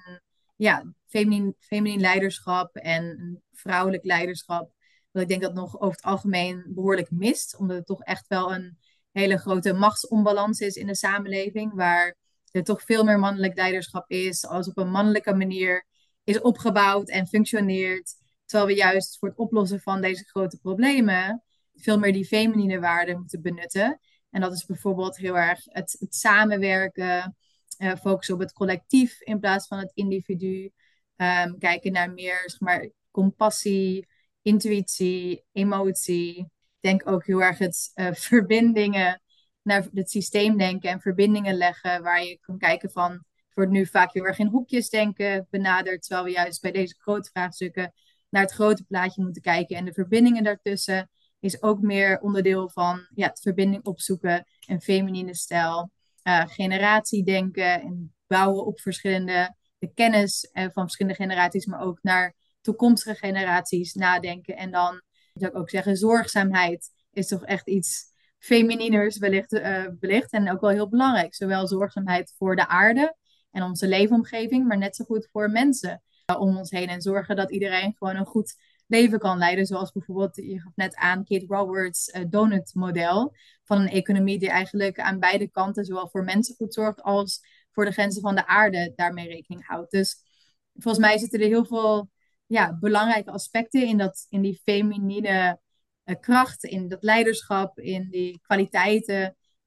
feminien leiderschap en vrouwelijk leiderschap. Dat ik denk dat nog over het algemeen behoorlijk mist. Omdat het toch echt wel een hele grote machtsonbalans is in de samenleving. Waar er toch veel meer mannelijk leiderschap is. Als op een mannelijke manier is opgebouwd en functioneert. Terwijl we juist voor het oplossen van deze grote problemen veel meer die feminine waarden moeten benutten. En dat is bijvoorbeeld heel erg het samenwerken, focussen op het collectief in plaats van het individu. Kijken naar meer zeg maar, compassie, intuïtie, emotie. Ik denk ook heel erg het verbindingen, naar het systeem denken en verbindingen leggen, waar je kan kijken van, het wordt nu vaak heel erg in hoekjes denken benaderd, terwijl we juist bij deze grote vraagstukken naar het grote plaatje moeten kijken. En de verbindingen daartussen is ook meer onderdeel van het verbinding opzoeken en feminine stijl. Generatiedenken en bouwen op de kennis van verschillende generaties, maar ook naar toekomstige generaties nadenken. En dan zou ik ook zeggen, zorgzaamheid is toch echt iets femininers wellicht en ook wel heel belangrijk. Zowel zorgzaamheid voor de aarde en onze leefomgeving, maar net zo goed voor mensen om ons heen. En zorgen dat iedereen gewoon een goed leven kan leiden. Zoals bijvoorbeeld, je gaf net aan, Kate Roberts donut-model van een economie die eigenlijk aan beide kanten, zowel voor mensen goed zorgt als voor de grenzen van de aarde, daarmee rekening houdt. Dus volgens mij zitten er heel veel belangrijke aspecten in die feminine kracht, in dat leiderschap, in die kwaliteiten,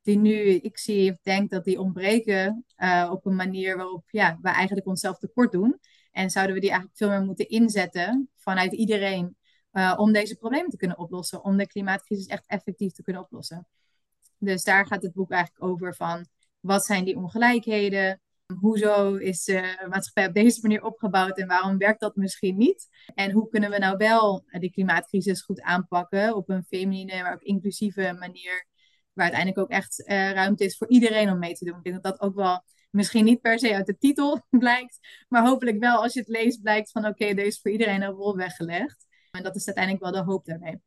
die nu ik zie of denk dat die ontbreken op een manier waarop we eigenlijk onszelf tekort doen. En zouden we die eigenlijk veel meer moeten inzetten vanuit iedereen om deze problemen te kunnen oplossen, om de klimaatcrisis echt effectief te kunnen oplossen. Dus daar gaat het boek eigenlijk over van wat zijn die ongelijkheden? Hoezo is de maatschappij op deze manier opgebouwd en waarom werkt dat misschien niet? En hoe kunnen we nou wel die klimaatcrisis goed aanpakken op een feminine, maar ook inclusieve manier, waar uiteindelijk ook echt ruimte is voor iedereen om mee te doen. Ik denk dat dat ook wel misschien niet per se uit de titel blijkt, maar hopelijk wel als je het leest blijkt van oké, er is voor iedereen een rol weggelegd. En dat is uiteindelijk wel de hoop daarmee.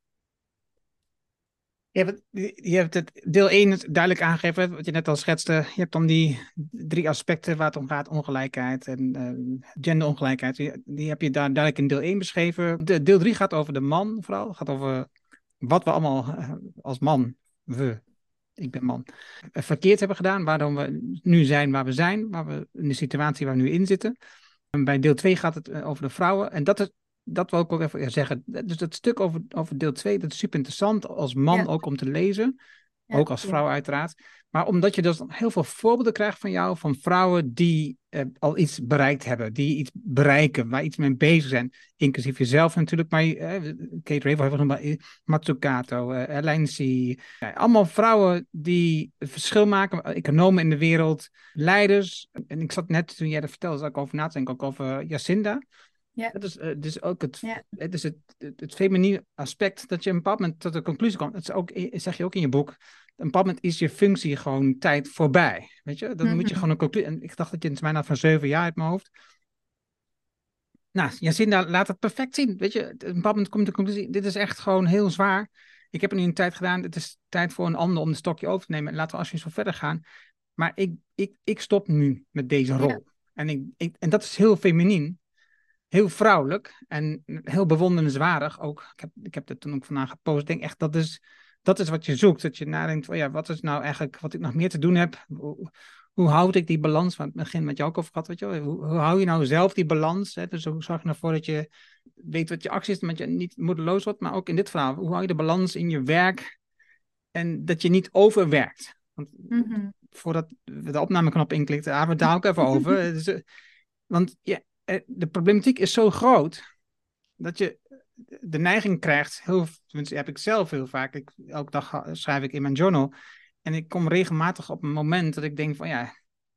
Je hebt het deel 1 duidelijk aangegeven, wat je net al schetste. Je hebt dan die 3 aspecten waar het om gaat, ongelijkheid en genderongelijkheid. Die heb je daar duidelijk in deel 1 beschreven. Deel 3 gaat over de man vooral. Het gaat over wat we allemaal als man, ik ben man, verkeerd hebben gedaan. Waarom we nu zijn waar we zijn, waar we in de situatie waar we nu in zitten. En bij deel 2 gaat het over de vrouwen. En dat wil ik ook even zeggen. Dus dat stuk over deel 2, dat is super interessant als man ook om te lezen. Ook als vrouw uiteraard. Maar omdat je dus heel veel voorbeelden krijgt van jou, van vrouwen die al iets bereikt hebben. Die iets bereiken, waar iets mee bezig zijn. Inclusief jezelf natuurlijk. Maar Kate Ravel heeft genoemd, Matsukato, Elaine C. Ja, allemaal vrouwen die het verschil maken. Economen in de wereld, leiders. En ik zat net, toen jij dat vertelde, zat ik over na te denken, ook over Jacinda. Ja. Dat is dus ook het feminine aspect, dat je een bepaald moment tot de conclusie komt. Dat is ook, zeg je ook in je boek, een bepaald moment is je functie gewoon tijd voorbij. Weet je, dan moet je gewoon een conclusie. En ik dacht dat je het mij van 7 jaar uit mijn hoofd. Nou, Jacinda laat het perfect zien. Weet je, op een bepaald moment komt de conclusie, dit is echt gewoon heel zwaar. Ik heb er nu een tijd gedaan, het is tijd voor een ander om de stokje over te nemen. En laten we alsjeblieft zo verder gaan. Maar ik stop nu met deze rol. Ja. En dat is heel feminien. Heel vrouwelijk en heel bewonderenswaardig ook. Ik heb dat toen ook vandaag gepost. Ik denk echt, dat is wat je zoekt. Dat je nadenkt van wat is nou eigenlijk wat ik nog meer te doen heb? Hoe houd ik die balans? Van het begin met jou ook over gehad, weet je wel. Hoe hou je nou zelf die balans? Hè? Dus hoe zorg je ervoor dat je weet wat je actie is, dat je niet moedeloos wordt. Maar ook in dit verhaal, hoe hou je de balans in je werk en dat je niet overwerkt? Want voordat we de opnameknop inklikten, hebben we het daar ook even over. Dus, want de problematiek is zo groot dat je de neiging krijgt, tenminste heb ik zelf heel vaak, elke dag schrijf ik in mijn journal en ik kom regelmatig op een moment dat ik denk van het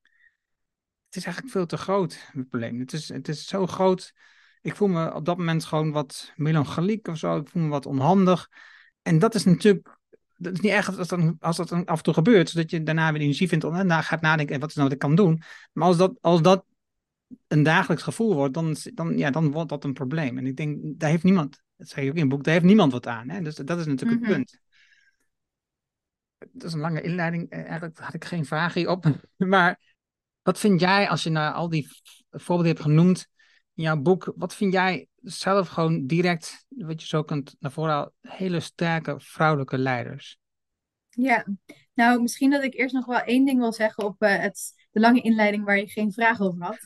is eigenlijk veel te groot, het probleem. Het is zo groot, ik voel me op dat moment gewoon wat melancholiek of zo, ik voel me wat onhandig. En dat is natuurlijk, dat is niet erg als dat dan af en toe gebeurt, zodat je daarna weer energie vindt om gaat nadenken, wat is nou wat ik kan doen. Maar als dat een dagelijks gevoel wordt, dan wordt dat een probleem. En ik denk, daar heeft niemand, dat zeg je ook in het boek, daar heeft niemand wat aan. Hè? Dus dat is natuurlijk het punt. Dat is een lange inleiding. Eigenlijk had ik geen vraag hierop. Maar wat vind jij, als je naar al die voorbeelden hebt genoemd in jouw boek, wat vind jij zelf gewoon direct, wat je zo kunt naar voren halen, hele sterke vrouwelijke leiders? Ja, nou misschien dat ik eerst nog wel één ding wil zeggen op de lange inleiding waar je geen vraag over had.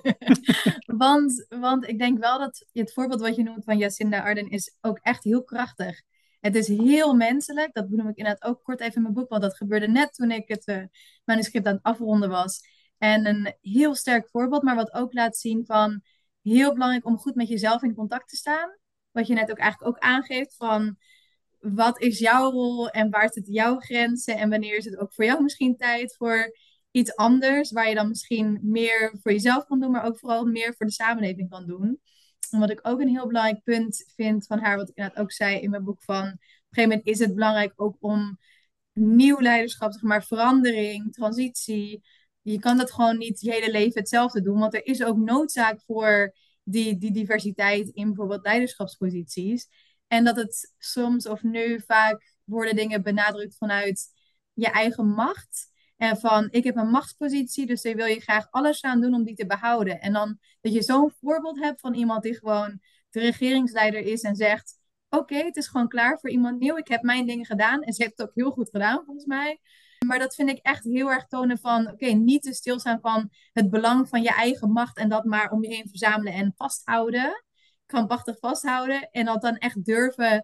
want ik denk wel dat het voorbeeld wat je noemt van Jacinda Ardern is ook echt heel krachtig. Het is heel menselijk, dat benoem ik inderdaad ook kort even in mijn boek, want dat gebeurde net toen ik het manuscript aan het afronden was. En een heel sterk voorbeeld, maar wat ook laat zien van heel belangrijk om goed met jezelf in contact te staan. Wat je net ook eigenlijk ook aangeeft van wat is jouw rol en waar zitten jouw grenzen en wanneer is het ook voor jou misschien tijd voor iets anders waar je dan misschien meer voor jezelf kan doen, maar ook vooral meer voor de samenleving kan doen. En wat ik ook een heel belangrijk punt vind van haar, wat ik inderdaad ook zei in mijn boek van, op een gegeven moment is het belangrijk ook om nieuw leiderschap, zeg maar verandering, transitie. Je kan dat gewoon niet je hele leven hetzelfde doen, want er is ook noodzaak voor die diversiteit in bijvoorbeeld leiderschapsposities. En dat het soms of nu vaak worden dingen benadrukt vanuit je eigen macht. En van, ik heb een machtspositie, dus daar wil je graag alles aan doen om die te behouden. En dan dat je zo'n voorbeeld hebt van iemand die gewoon de regeringsleider is en zegt, oké, het is gewoon klaar voor iemand nieuw. Ik heb mijn dingen gedaan en ze heeft het ook heel goed gedaan volgens mij. Maar dat vind ik echt heel erg tonen van, oké, niet te stilstaan van het belang van je eigen macht en dat maar om je heen verzamelen en vasthouden. Krampachtig vasthouden en dat dan echt durven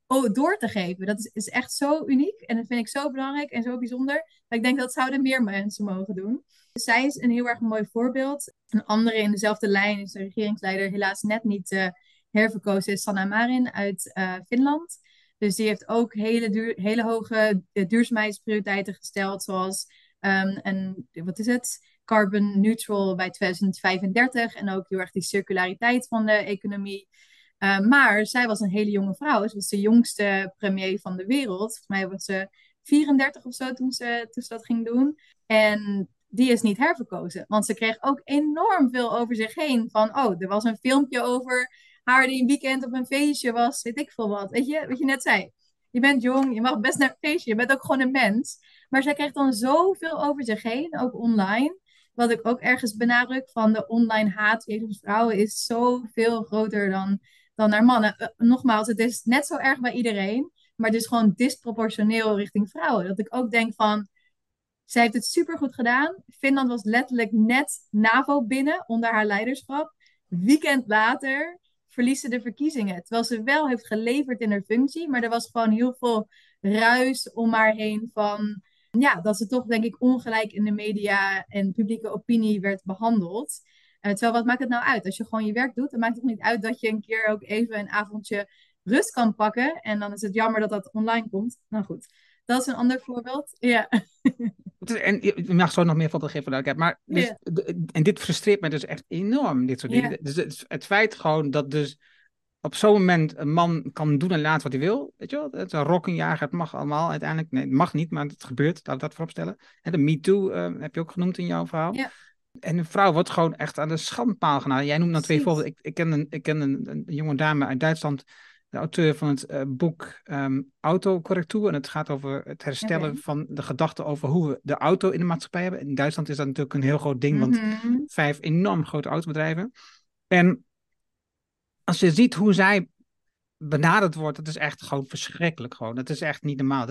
door te geven. Dat is echt zo uniek en dat vind ik zo belangrijk en zo bijzonder. Dat ik denk dat zouden meer mensen mogen doen. Dus zij is een heel erg mooi voorbeeld. Een andere in dezelfde lijn is de regeringsleider helaas net niet herverkozen, is Sanna Marin uit Finland. Dus die heeft ook hele hoge duurzaamheidsprioriteiten gesteld, zoals wat is het? Carbon neutral bij 2035 en ook heel erg die circulariteit van de economie. Maar zij was een hele jonge vrouw. Ze was de jongste premier van de wereld. Volgens mij was ze 34 of zo toen ze dat ging doen. En die is niet herverkozen. Want ze kreeg ook enorm veel over zich heen. Van, oh, er was een filmpje over haar die een weekend op een feestje was. Weet ik veel wat. Weet je, wat je net zei. Je bent jong, je mag best naar een feestje. Je bent ook gewoon een mens. Maar zij kreeg dan zoveel over zich heen, ook online. Wat ik ook ergens benadruk van de online haat tegen vrouwen is zoveel groter dan naar mannen. Nogmaals, het is net zo erg bij iedereen, maar het is gewoon disproportioneel richting vrouwen. Dat ik ook denk van, zij heeft het supergoed gedaan. Finland was letterlijk net NAVO binnen onder haar leiderschap. Weekend later verliest ze de verkiezingen. Terwijl ze wel heeft geleverd in haar functie, maar er was gewoon heel veel ruis om haar heen van, ja, dat ze toch denk ik ongelijk in de media en publieke opinie werd behandeld. Terwijl wat maakt het nou uit? Als je gewoon je werk doet, dan maakt het niet uit dat je een keer ook even een avondje rust kan pakken. En dan is het jammer dat dat online komt. Nou goed, dat is een ander voorbeeld. Ja. En je mag zo nog meer van te geven, maar dus, Ja. en dit frustreert me dus echt enorm, dit soort dingen. Ja. Dus het feit gewoon dat dus op zo'n moment een man kan doen en laten wat hij wil, weet je wel? Het is een rokkenjager, het mag allemaal uiteindelijk. Nee, het mag niet, maar het gebeurt, laat ik dat voorop stellen. En de MeToo heb je ook genoemd in jouw verhaal. Ja, En een vrouw wordt gewoon echt aan de schandpaal genaaid. Jij noemt dan twee precies. voorbeelden. Ik ken een jonge dame uit Duitsland, de auteur van het boek Autocorrectuur. En het gaat over het herstellen Oké. van de gedachte over hoe we de auto in de maatschappij hebben. In Duitsland is dat natuurlijk een heel groot ding, want Mhm. 5 enorm grote autobedrijven. En als je ziet hoe zij benaderd wordt, dat is echt gewoon verschrikkelijk. Gewoon. Dat is echt niet normaal.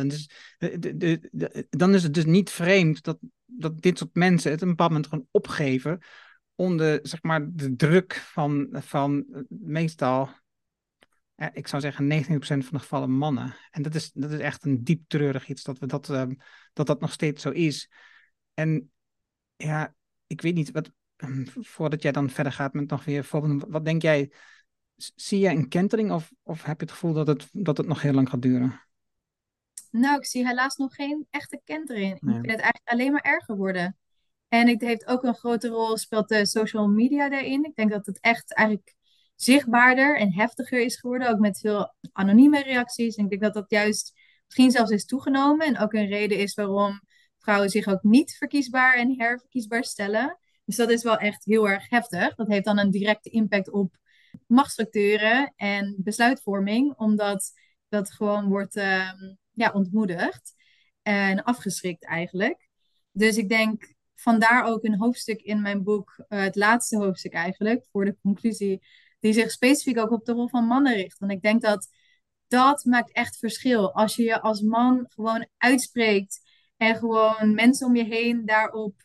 Dan is het dus niet vreemd dat dit soort mensen het op een bepaald moment gewoon opgeven onder zeg maar, de druk van meestal, ik zou zeggen 19% van de gevallen mannen. En dat is echt een diep treurig iets dat nog steeds zo is. En ja, ik weet niet, voordat jij dan verder gaat met nog weer voorbeelden, wat denk jij? Zie jij een kentering of heb je het gevoel dat het nog heel lang gaat duren? Nou, ik zie helaas nog geen echte kentering. Ik vind Nee. het eigenlijk alleen maar erger worden. En het heeft ook een grote rol, speelt de social media daarin. Ik denk dat het echt eigenlijk zichtbaarder en heftiger is geworden, ook met veel anonieme reacties. En ik denk dat dat juist misschien zelfs is toegenomen en ook een reden is waarom vrouwen zich ook niet verkiesbaar en herverkiesbaar stellen. Dus dat is wel echt heel erg heftig. Dat heeft dan een directe impact op machtsstructuren en besluitvorming, omdat dat gewoon wordt ja, ontmoedigd en afgeschrikt eigenlijk. Dus ik denk vandaar ook een hoofdstuk in mijn boek, het laatste hoofdstuk eigenlijk, voor de conclusie, die zich specifiek ook op de rol van mannen richt. Want ik denk dat dat maakt echt verschil. Als je je als man gewoon uitspreekt en gewoon mensen om je heen daarop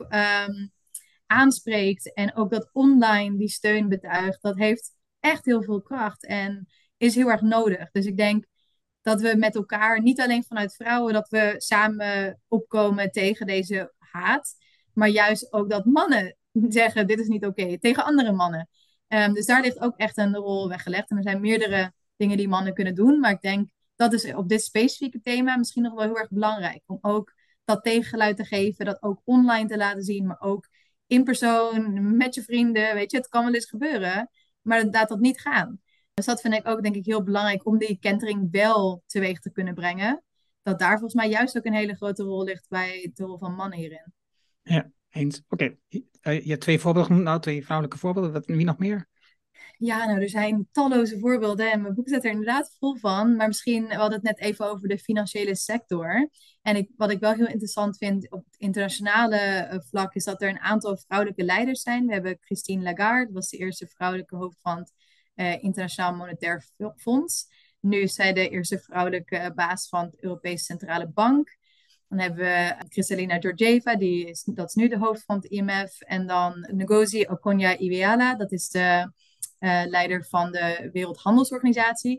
aanspreekt en ook dat online die steun betuigt, dat heeft echt heel veel kracht en is heel erg nodig. Dus ik denk dat we met elkaar, niet alleen vanuit vrouwen, dat we samen opkomen tegen deze haat, maar juist ook dat mannen zeggen: dit is niet oké, tegen andere mannen. Dus daar ligt ook echt een rol weggelegd. En er zijn meerdere dingen die mannen kunnen doen, maar ik denk dat is op dit specifieke thema misschien nog wel heel erg belangrijk. Om ook dat tegengeluid te geven, dat ook online te laten zien, maar ook in persoon, met je vrienden. Weet je, het kan wel eens gebeuren, maar laat dat niet gaan. Dus dat vind ik ook, denk ik, heel belangrijk om die kentering wel teweeg te kunnen brengen. Dat daar volgens mij juist ook een hele grote rol ligt bij de rol van mannen hierin. Ja, eens. Oké. Je hebt twee voorbeelden genoemd, nou, twee vrouwelijke voorbeelden. Wie nog meer? Ja, nou, er zijn talloze voorbeelden en mijn boek zit er inderdaad vol van. Maar misschien, we hadden het net even over de financiële sector. En wat ik wel heel interessant vind op het internationale vlak, is dat er een aantal vrouwelijke leiders zijn. We hebben Christine Lagarde, dat was de eerste vrouwelijke hoofd van het Internationaal Monetair Fonds. Nu is zij de eerste vrouwelijke baas van de Europese Centrale Bank. Dan hebben we Kristalina Georgieva, dat is nu de hoofd van het IMF. En dan Ngozi Okonjo-Iweala, dat is de leider van de Wereldhandelsorganisatie.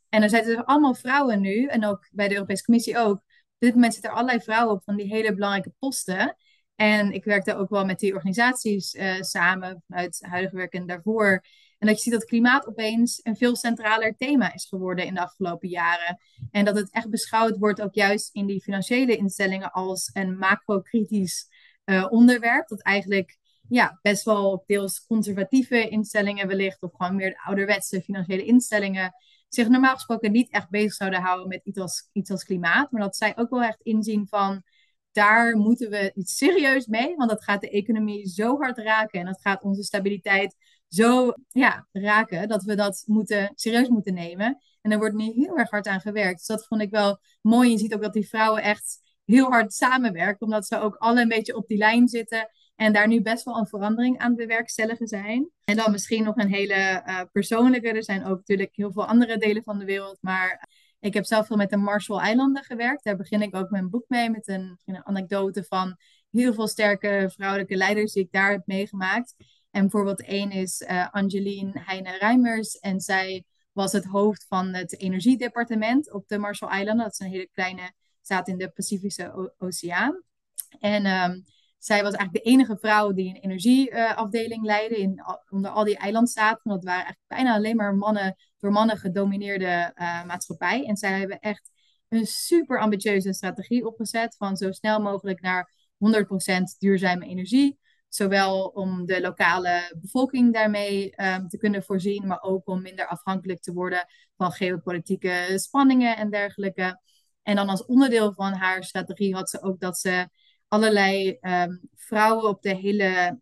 En er zijn dus allemaal vrouwen nu, en ook bij de Europese Commissie ook. Op dit moment zitten er allerlei vrouwen op van die hele belangrijke posten. En ik werkte ook wel met die organisaties samen, vanuit huidige werk en daarvoor. En dat je ziet dat klimaat opeens een veel centraler thema is geworden in de afgelopen jaren. En dat het echt beschouwd wordt, ook juist in die financiële instellingen, als een macrokritisch onderwerp. Dat eigenlijk best wel deels conservatieve instellingen wellicht, of gewoon meer de ouderwetse financiële instellingen, zich normaal gesproken niet echt bezig zouden houden met iets als klimaat. Maar dat zij ook wel echt inzien van, daar moeten we iets serieus mee, want dat gaat de economie zo hard raken en dat gaat onze stabiliteit zo raken, dat we dat serieus moeten nemen. En daar wordt nu heel erg hard aan gewerkt. Dus dat vond ik wel mooi. Je ziet ook dat die vrouwen echt heel hard samenwerken, omdat ze ook alle een beetje op die lijn zitten en daar nu best wel een verandering aan het bewerkstelligen zijn. En dan misschien nog een hele persoonlijke. Er zijn ook natuurlijk heel veel andere delen van de wereld, maar ik heb zelf veel met de Marshall-eilanden gewerkt. Daar begin ik ook mijn boek mee, met een anekdote van heel veel sterke vrouwelijke leiders die ik daar heb meegemaakt. En bijvoorbeeld één is Angeline Heine-Reimers. En zij was het hoofd van het energiedepartement op de Marshall-eilanden. Dat is een hele kleine staat in de Pacifische Oceaan. En zij was eigenlijk de enige vrouw die een energieafdeling leidde onder al die eilandstaten. Want dat waren eigenlijk bijna alleen maar door mannen gedomineerde maatschappij. En zij hebben echt een super ambitieuze strategie opgezet van zo snel mogelijk naar 100% duurzame energie. Zowel om de lokale bevolking daarmee te kunnen voorzien, maar ook om minder afhankelijk te worden van geopolitieke spanningen en dergelijke. En dan als onderdeel van haar strategie had ze ook dat ze allerlei vrouwen op de hele,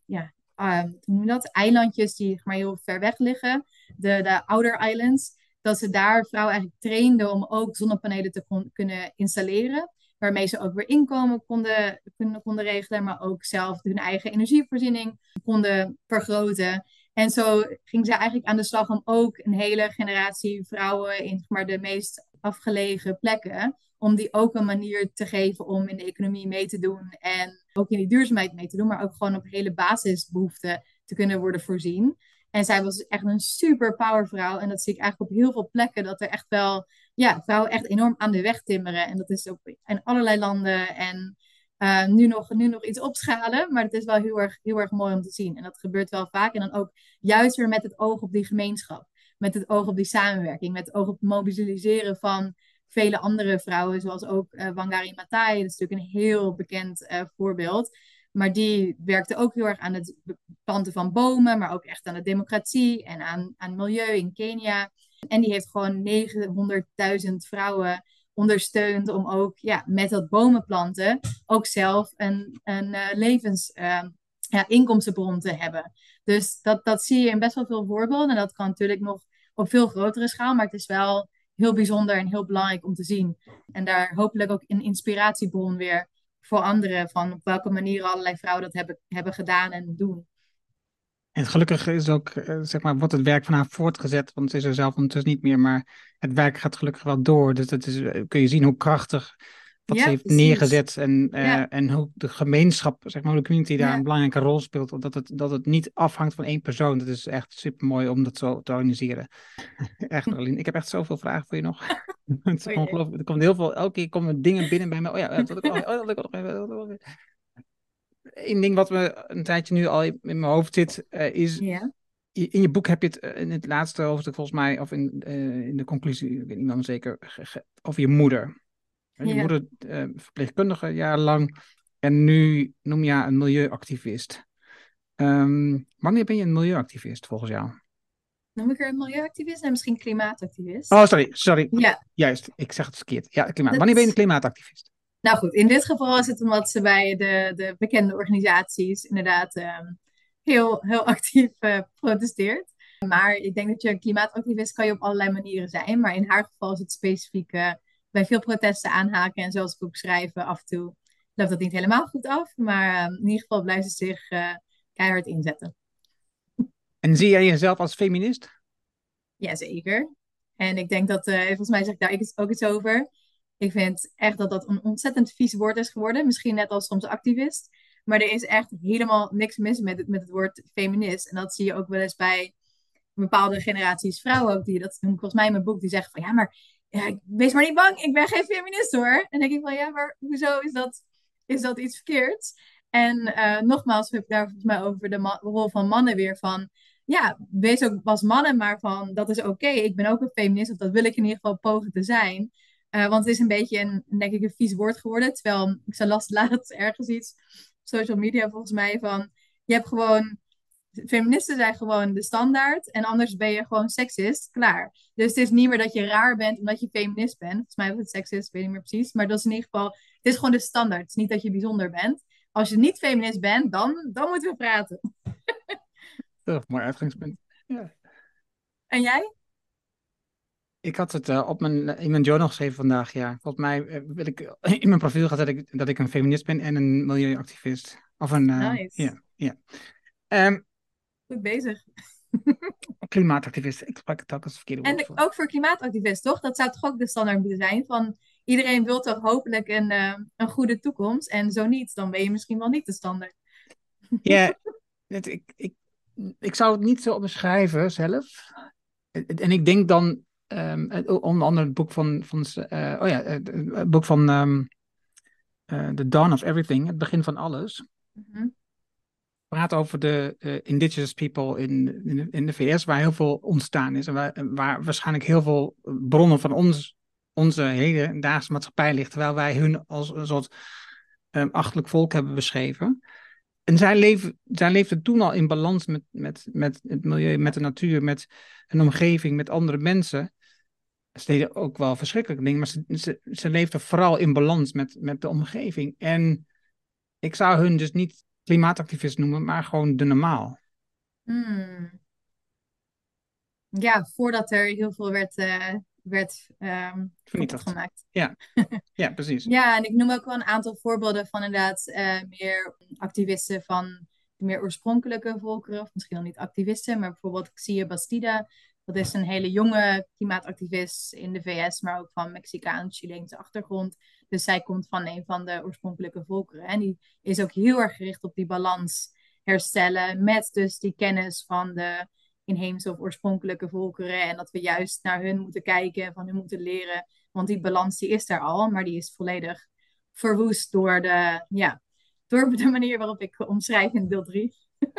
hoe noem je dat? Eilandjes die maar heel ver weg liggen, de Outer Islands, dat ze daar vrouwen eigenlijk trainden om ook zonnepanelen te kunnen installeren, waarmee ze ook weer inkomen konden regelen, maar ook zelf hun eigen energievoorziening konden vergroten. En zo ging zij eigenlijk aan de slag om ook een hele generatie vrouwen in maar de meest afgelegen plekken, om die ook een manier te geven om in de economie mee te doen en ook in die duurzaamheid mee te doen, maar ook gewoon op hele basisbehoeften te kunnen worden voorzien. En zij was echt een super powervrouw. En dat zie ik eigenlijk op heel veel plekken, dat er echt wel vrouwen echt enorm aan de weg timmeren. En dat is ook in allerlei landen. En nu nog iets opschalen, maar het is wel heel erg mooi om te zien. En dat gebeurt wel vaak. En dan ook juist weer met het oog op die gemeenschap. Met het oog op die samenwerking. Met het oog op het mobiliseren van vele andere vrouwen. Zoals ook Wangari Maathai. Dat is natuurlijk een heel bekend voorbeeld. Maar die werkte ook heel erg aan het planten van bomen. Maar ook echt aan de democratie en aan milieu in Kenia. En die heeft gewoon 900.000 vrouwen ondersteund om ook met dat bomen planten ook zelf een inkomstenbron te hebben. Dus dat zie je in best wel veel voorbeelden. En dat kan natuurlijk nog op veel grotere schaal, maar het is wel heel bijzonder en heel belangrijk om te zien. En daar hopelijk ook een inspiratiebron weer voor anderen, van op welke manier allerlei vrouwen dat hebben gedaan en doen. En gelukkig is ook, zeg maar, wordt het werk van haar voortgezet, want ze is er zelf ondertussen niet meer, maar het werk gaat gelukkig wel door. Dus dat is, kun je zien hoe krachtig wat ze heeft precies. neergezet en hoe de gemeenschap, zeg maar, hoe de community daar een belangrijke rol speelt. Dat het niet afhangt van één persoon. Dat is echt super mooi om dat zo te organiseren. Echt, Arlene. Ik heb echt zoveel vragen voor je nog. Het is ongelooflijk. Er komt heel veel, elke keer komen dingen binnen bij me. Oh ja, dat wil ik nog even. Eén ding wat me een tijdje nu al in mijn hoofd zit, is... Ja. In je boek heb je het in het laatste hoofdstuk volgens mij, of in de conclusie, ik weet niet meer zeker, over je moeder. Je moeder, verpleegkundige jarenlang, en nu noem je haar een milieuactivist. Wanneer ben je een milieuactivist volgens jou? Noem ik er een milieuactivist en misschien klimaatactivist? Oh, sorry. Ja. Juist, ik zeg het verkeerd. Ja, klimaat. Wanneer ben je een klimaatactivist? Nou goed, in dit geval is het omdat ze bij de bekende organisaties inderdaad heel actief protesteert. Maar ik denk dat je een klimaatactivist kan je op allerlei manieren zijn. Maar in haar geval is het specifiek bij veel protesten aanhaken. En zoals ik ook schrijf, af en toe loopt dat niet helemaal goed af. Maar in ieder geval blijft ze zich keihard inzetten. En zie jij jezelf als feminist? Jazeker. En ik denk dat, volgens mij zeg ik daar ook iets over. Ik vind echt dat dat een ontzettend vies woord is geworden. Misschien net als soms activist. Maar er is echt helemaal niks mis met het woord feminist. En dat zie je ook wel eens bij bepaalde generaties vrouwen ook, die dat noem ik volgens mij in mijn boek, die zeggen van ja, maar wees maar niet bang, ik ben geen feminist hoor. En dan denk ik van ja, maar hoezo is dat iets verkeerds? En nogmaals, heb ik daar volgens mij over de rol van mannen weer van ja, wees ook als mannen, maar van dat is oké. Ik ben ook een feminist, of dat wil ik in ieder geval pogen te zijn. Want het is een beetje denk ik, een vies woord geworden. Terwijl ik zou laatst ergens iets op social media volgens mij van je hebt gewoon feministen zijn gewoon de standaard en anders ben je gewoon seksist, klaar. Dus het is niet meer dat je raar bent omdat je feminist bent. Volgens mij was het seksist, weet ik niet meer precies. Maar dat is in ieder geval, het is gewoon de standaard. Het is niet dat je bijzonder bent. Als je niet feminist bent, dan moeten we praten. Toch, mooi uitgangspunt. Ja. En jij? Ik had het in mijn journal geschreven vandaag, ja. Volgens mij wil ik in mijn profiel gaan dat ik een feminist ben en een milieuactivist. Of een, Nice. ja. Ehm, Goed bezig. Klimaatactivist. Ik gebruik het ook als verkeerde woord En voor. ook voor klimaatactivisten, toch? Dat zou toch ook de standaard moeten zijn van iedereen wil toch hopelijk een goede toekomst. En zo niet, dan ben je misschien wel niet de standaard. Ja, ik zou het niet zo beschrijven zelf. En ik denk dan, onder andere het boek het boek van The Dawn of Everything, het begin van alles. Mhm. Praat over de indigenous people in de VS, waar heel veel ontstaan is. En waar waarschijnlijk heel veel bronnen van onze hedendaagse maatschappij ligt, terwijl wij hun als een soort achterlijk volk hebben beschreven. En zij leefden toen al in balans met het milieu, met de natuur, met een omgeving, met andere mensen. Ze deden ook wel verschrikkelijke dingen, maar ze leefden vooral in balans met de omgeving. En ik zou hun dus niet klimaatactivist noemen, maar gewoon de normaal. Hmm. Ja, voordat er heel veel werd kapot Vernietigd. gemaakt. Ja, ja, precies. Ja, en ik noem ook wel een aantal voorbeelden van inderdaad meer activisten van de meer oorspronkelijke volkeren. Of misschien nog niet activisten, maar bijvoorbeeld Xia Bastida. Dat is een hele jonge klimaatactivist in de VS, maar ook van Mexicaans-Chileense achtergrond. Dus zij komt van een van de oorspronkelijke volkeren. En die is ook heel erg gericht op die balans herstellen met dus die kennis van de inheemse of oorspronkelijke volkeren. En dat we juist naar hun moeten kijken en van hun moeten leren. Want die balans die is daar al, maar die is volledig verwoest door de manier waarop ik omschrijf in deel 3.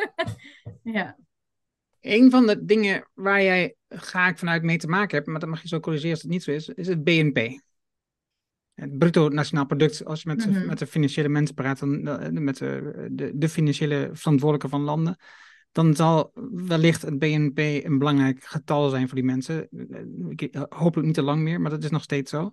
Ja. Een van de dingen waar jij ga ik vanuit mee te maken hebt, maar dat mag je zo corrigeren als het niet zo is het BNP. Het bruto nationaal product, als je met de financiële mensen praat, met de financiële verantwoordelijke van landen, dan zal wellicht het BNP een belangrijk getal zijn voor die mensen. Hopelijk niet te lang meer, maar dat is nog steeds zo.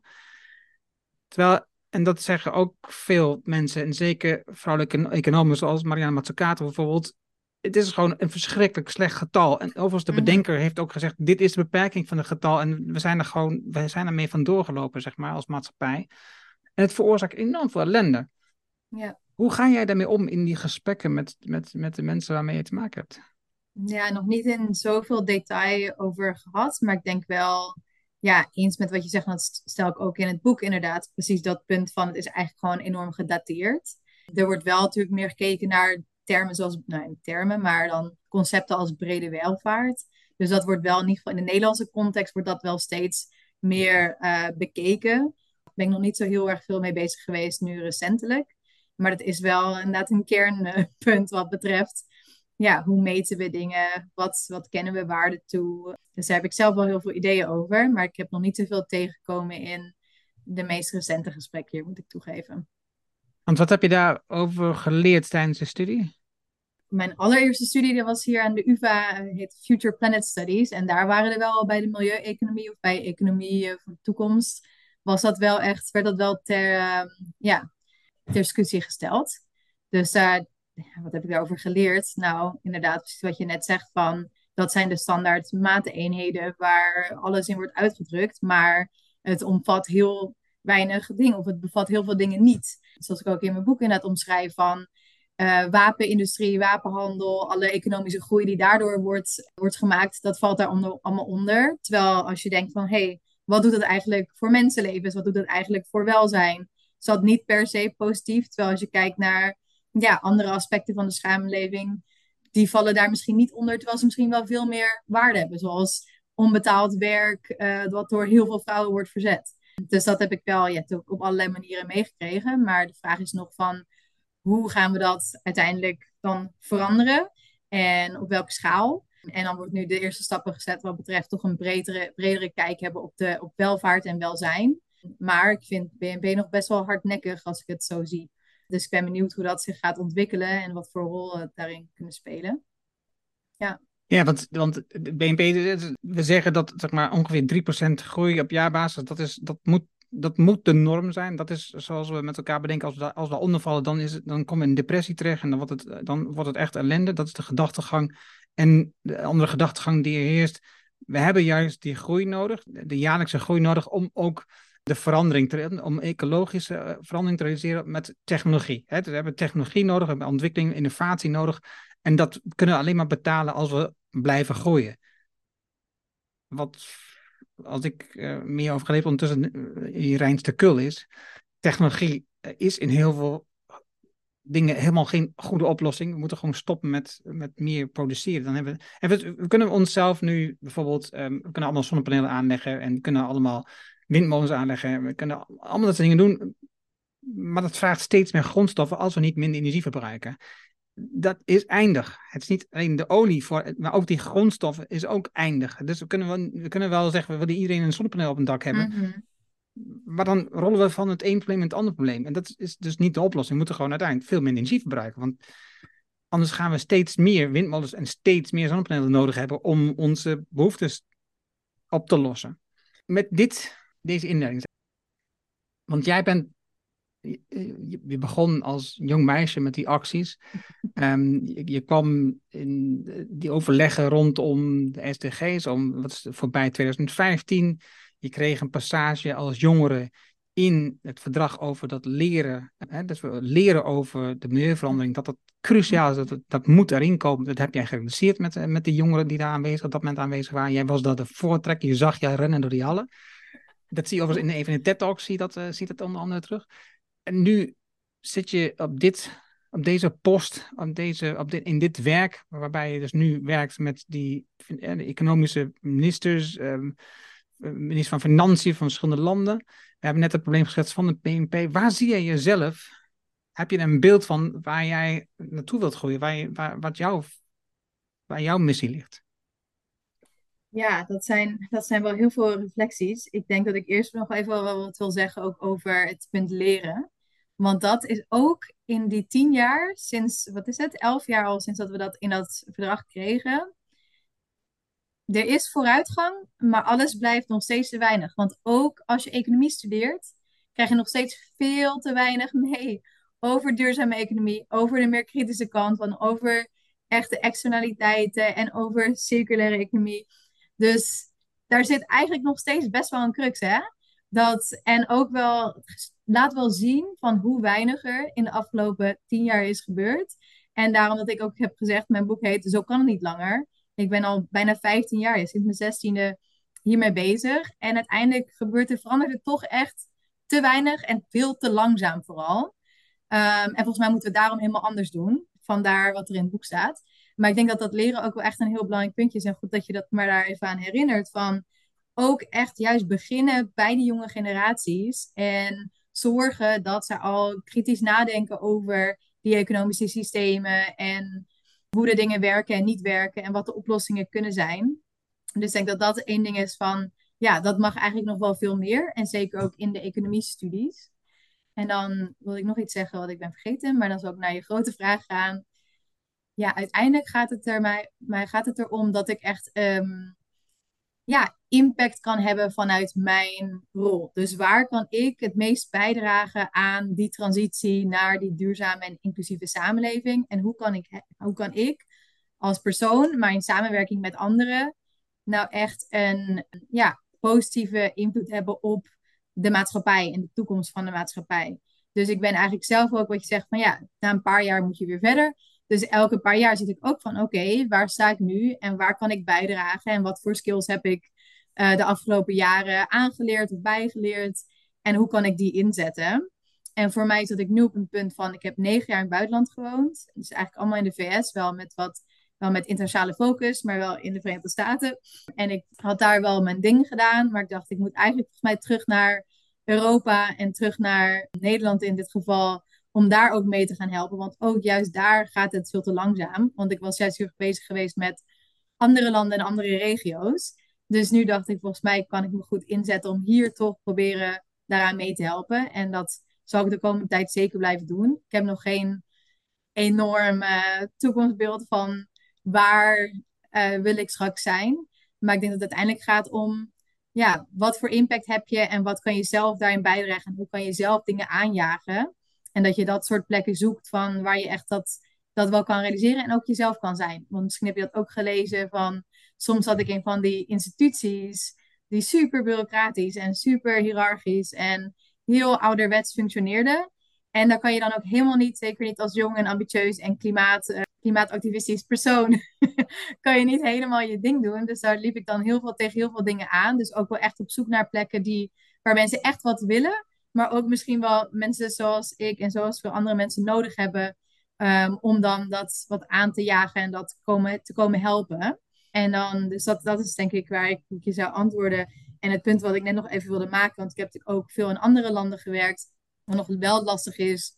En dat zeggen ook veel mensen, en zeker vrouwelijke economen zoals Mariana Mazzucato bijvoorbeeld. Het is gewoon een verschrikkelijk slecht getal. En overigens, de bedenker heeft ook gezegd, dit is de beperking van het getal. En we zijn ermee vandoor gelopen, zeg maar, als maatschappij. En het veroorzaakt enorm veel ellende. Ja. Hoe ga jij daarmee om in die gesprekken met de mensen waarmee je te maken hebt? Ja, nog niet in zoveel detail over gehad, maar ik denk wel, ja, eens met wat je zegt, dat stel ik ook in het boek inderdaad, precies dat punt van het is eigenlijk gewoon enorm gedateerd. Er wordt wel natuurlijk meer gekeken naar termen zoals, nou, niet termen, maar dan concepten als brede welvaart. Dus dat wordt wel in ieder geval in de Nederlandse context wordt dat wel steeds meer bekeken. Daar ben ik nog niet zo heel erg veel mee bezig geweest nu recentelijk. Maar dat is wel inderdaad een kernpunt wat betreft ja, hoe meten we dingen? Wat kennen we waarde toe? Dus daar heb ik zelf wel heel veel ideeën over. Maar ik heb nog niet zoveel tegengekomen in de meest recente gesprekken hier, moet ik toegeven. Want wat heb je daarover geleerd tijdens de studie? Mijn allereerste studie dat was hier aan de UvA, heet Future Planet Studies. En daar waren er wel bij de milieueconomie of bij economie voor de toekomst, werd dat wel ter discussie gesteld. Dus wat heb ik daarover geleerd? Nou, inderdaad, precies wat je net zegt van, dat zijn de standaard maateenheden waar alles in wordt uitgedrukt, maar het omvat heel weinig dingen, of het bevat heel veel dingen niet. Zoals ik ook in mijn boek inderdaad omschrijf van wapenindustrie, wapenhandel, alle economische groei die daardoor wordt gemaakt, dat valt daar allemaal onder. Terwijl als je denkt van, hé, wat doet het eigenlijk voor mensenlevens? Wat doet het eigenlijk voor welzijn? Is dat niet per se positief? Terwijl als je kijkt naar andere aspecten van de samenleving, die vallen daar misschien niet onder, terwijl ze misschien wel veel meer waarde hebben. Zoals onbetaald werk, wat door heel veel vrouwen wordt verzet. Dus dat heb ik wel op allerlei manieren meegekregen. Maar de vraag is nog van, hoe gaan we dat uiteindelijk dan veranderen? En op welke schaal? En dan wordt nu de eerste stappen gezet wat betreft toch een bredere kijk hebben op welvaart en welzijn. Maar ik vind BNP nog best wel hardnekkig als ik het zo zie. Dus ik ben benieuwd hoe dat zich gaat ontwikkelen en wat voor rol het daarin kunnen spelen. Ja. Ja, want de BNP, we zeggen dat zeg maar, ongeveer 3% groei op jaarbasis, dat moet de norm zijn. Dat is zoals we met elkaar bedenken, als we ondervallen, dan komen we in depressie terecht en dan wordt het echt ellende. Dat is de gedachtegang. En de andere gedachtegang die er heerst, we hebben juist die groei nodig, de jaarlijkse groei nodig, om ook de verandering om ecologische verandering te realiseren met technologie. Dus we hebben technologie nodig, we hebben ontwikkeling, innovatie nodig. En dat kunnen we alleen maar betalen als we blijven groeien. Als ik meer over geleerd ondertussen in Rijnste Kul is. Technologie is in heel veel dingen helemaal geen goede oplossing. We moeten gewoon stoppen met meer produceren. Dan we kunnen onszelf nu bijvoorbeeld, we kunnen allemaal zonnepanelen aanleggen en we kunnen allemaal windmolens aanleggen. We kunnen allemaal dat soort dingen doen. Maar dat vraagt steeds meer grondstoffen als we niet minder energie verbruiken. Dat is eindig. Het is niet alleen de olie, maar ook die grondstoffen is ook eindig. Dus we kunnen wel zeggen, we willen iedereen een zonnepaneel op een dak hebben. Mm-hmm. Maar dan rollen we van het een probleem in het andere probleem. En dat is dus niet de oplossing. We moeten gewoon uiteindelijk veel minder energie verbruiken. Want anders gaan we steeds meer windmolens en steeds meer zonnepanelen nodig hebben om onze behoeftes op te lossen. Met deze inleiding. Want jij bent je begon als jong meisje met die acties. Je kwam in die overleggen rondom de SDG's, wat is voorbij 2015. Je kreeg een passage als jongere in het verdrag over dat leren. Dus we leren over de milieuverandering, dat cruciaal is, dat moet erin komen. Dat heb jij gerealiseerd met de jongeren die daar op dat moment aanwezig waren. Jij was daar de voortrekker, je zag jij rennen door die hallen. Dat zie je overigens even in de TED-talk, zie dat onder andere terug. En nu zit je op deze post, in dit werk, waarbij je dus nu werkt met de economische ministers, minister van Financiën van verschillende landen. We hebben net het probleem geschetst van de BNP. Waar zie je jezelf? Heb je een beeld van waar jij naartoe wilt groeien, waar jouw missie ligt? Ja, dat zijn wel heel veel reflecties. Ik denk dat ik eerst nog even wel wat wil zeggen ook over het punt leren. Want dat is ook in die 10 jaar, sinds, 11 jaar al sinds dat we dat in dat verdrag kregen. Er is vooruitgang, maar alles blijft nog steeds te weinig. Want ook als je economie studeert, krijg je nog steeds veel te weinig mee over duurzame economie, over de meer kritische kant, van over echte externaliteiten en over circulaire economie. Dus daar zit eigenlijk nog steeds best wel een crux, hè? En ook wel, laat wel zien van hoe weinig er in de afgelopen 10 jaar is gebeurd. En daarom dat ik ook heb gezegd, mijn boek heet Zo kan het niet langer. Ik ben al bijna 15 jaar, sinds mijn 16e, hiermee bezig. En uiteindelijk verandert er toch echt te weinig en veel te langzaam vooral. En volgens mij moeten we het daarom helemaal anders doen. Vandaar wat er in het boek staat. Maar ik denk dat leren ook wel echt een heel belangrijk puntje is. En goed dat je dat maar daar even aan herinnert. Van ook echt juist beginnen bij die jonge generaties. En zorgen dat ze al kritisch nadenken over die economische systemen. En hoe de dingen werken en niet werken. En wat de oplossingen kunnen zijn. Dus ik denk dat dat één ding is van... Ja, dat mag eigenlijk nog wel veel meer. En zeker ook in de economiestudies. En dan wil ik nog iets zeggen wat ik ben vergeten. Maar dan zal ik naar je grote vraag gaan. Ja, uiteindelijk gaat het erom dat ik echt impact kan hebben vanuit mijn rol. Dus waar kan ik het meest bijdragen aan die transitie naar die duurzame en inclusieve samenleving? En hoe kan ik als persoon, maar in samenwerking met anderen, nou echt een positieve invloed hebben op de maatschappij en de toekomst van de maatschappij. Dus ik ben eigenlijk zelf ook wat je zegt van ja, na een paar jaar moet je weer verder. Dus elke paar jaar zit ik ook van oké, waar sta ik nu en waar kan ik bijdragen en wat voor skills heb ik de afgelopen jaren aangeleerd of bijgeleerd en hoe kan ik die inzetten. En voor mij is dat ik nu op een punt van, ik heb 9 jaar in het buitenland gewoond. Dus eigenlijk allemaal in de VS, wel met wat wel met internationale focus, maar wel in de Verenigde Staten. En ik had daar wel mijn ding gedaan, maar ik dacht, ik moet eigenlijk volgens mij terug naar Europa en terug naar Nederland in dit geval, om daar ook mee te gaan helpen. Want ook juist daar gaat het veel te langzaam. Want ik was juist heel erg bezig geweest met andere landen en andere regio's. Dus nu dacht ik, volgens mij kan ik me goed inzetten om hier toch proberen daaraan mee te helpen. En dat zal ik de komende tijd zeker blijven doen. Ik heb nog geen enorm toekomstbeeld van waar wil ik straks zijn. Maar ik denk dat het uiteindelijk gaat om, ja, wat voor impact heb je en wat kan je zelf daarin bijdragen en hoe kan je zelf dingen aanjagen. En dat je dat soort plekken zoekt van waar je echt dat wel kan realiseren en ook jezelf kan zijn. Want misschien heb je dat ook gelezen van, soms zat ik in van die instituties die super bureaucratisch en super hiërarchisch en heel ouderwets functioneerden. En daar kan je dan ook helemaal niet, zeker niet als jong en ambitieus en klimaatactivistisch persoon, kan je niet helemaal je ding doen. Dus daar liep ik dan tegen heel veel dingen aan. Dus ook wel echt op zoek naar plekken waar mensen echt wat willen. Maar ook misschien wel mensen zoals ik en zoals veel andere mensen nodig hebben. Om dan dat wat aan te jagen en dat te komen helpen. En dan, dus dat is denk ik waar ik je zou antwoorden. En het punt wat ik net nog even wilde maken, want ik heb natuurlijk ook veel in andere landen gewerkt. Wat nog wel lastig is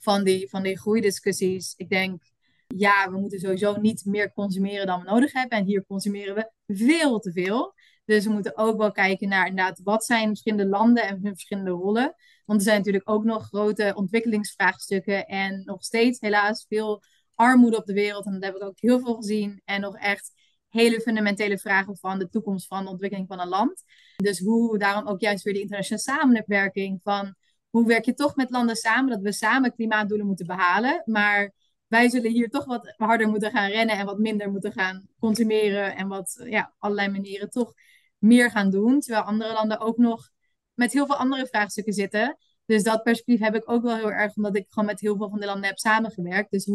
van die groeidiscussies. Ik denk, ja, we moeten sowieso niet meer consumeren dan we nodig hebben. En hier consumeren we veel te veel. Dus we moeten ook wel kijken naar inderdaad, wat zijn verschillende landen en hun verschillende rollen. Want er zijn natuurlijk ook nog grote ontwikkelingsvraagstukken en nog steeds helaas veel armoede op de wereld. En dat heb ik ook heel veel gezien. En nog echt hele fundamentele vragen van de toekomst van de ontwikkeling van een land. Dus daarom ook juist weer de internationale samenwerking van hoe werk je toch met landen samen, dat we samen klimaatdoelen moeten behalen. Maar wij zullen hier toch wat harder moeten gaan rennen en wat minder moeten gaan consumeren en wat, ja, allerlei manieren toch meer gaan doen. Terwijl andere landen ook nog met heel veel andere vraagstukken zitten. Dus dat perspectief heb ik ook wel heel erg, omdat ik gewoon met heel veel van de landen heb samengewerkt. Dus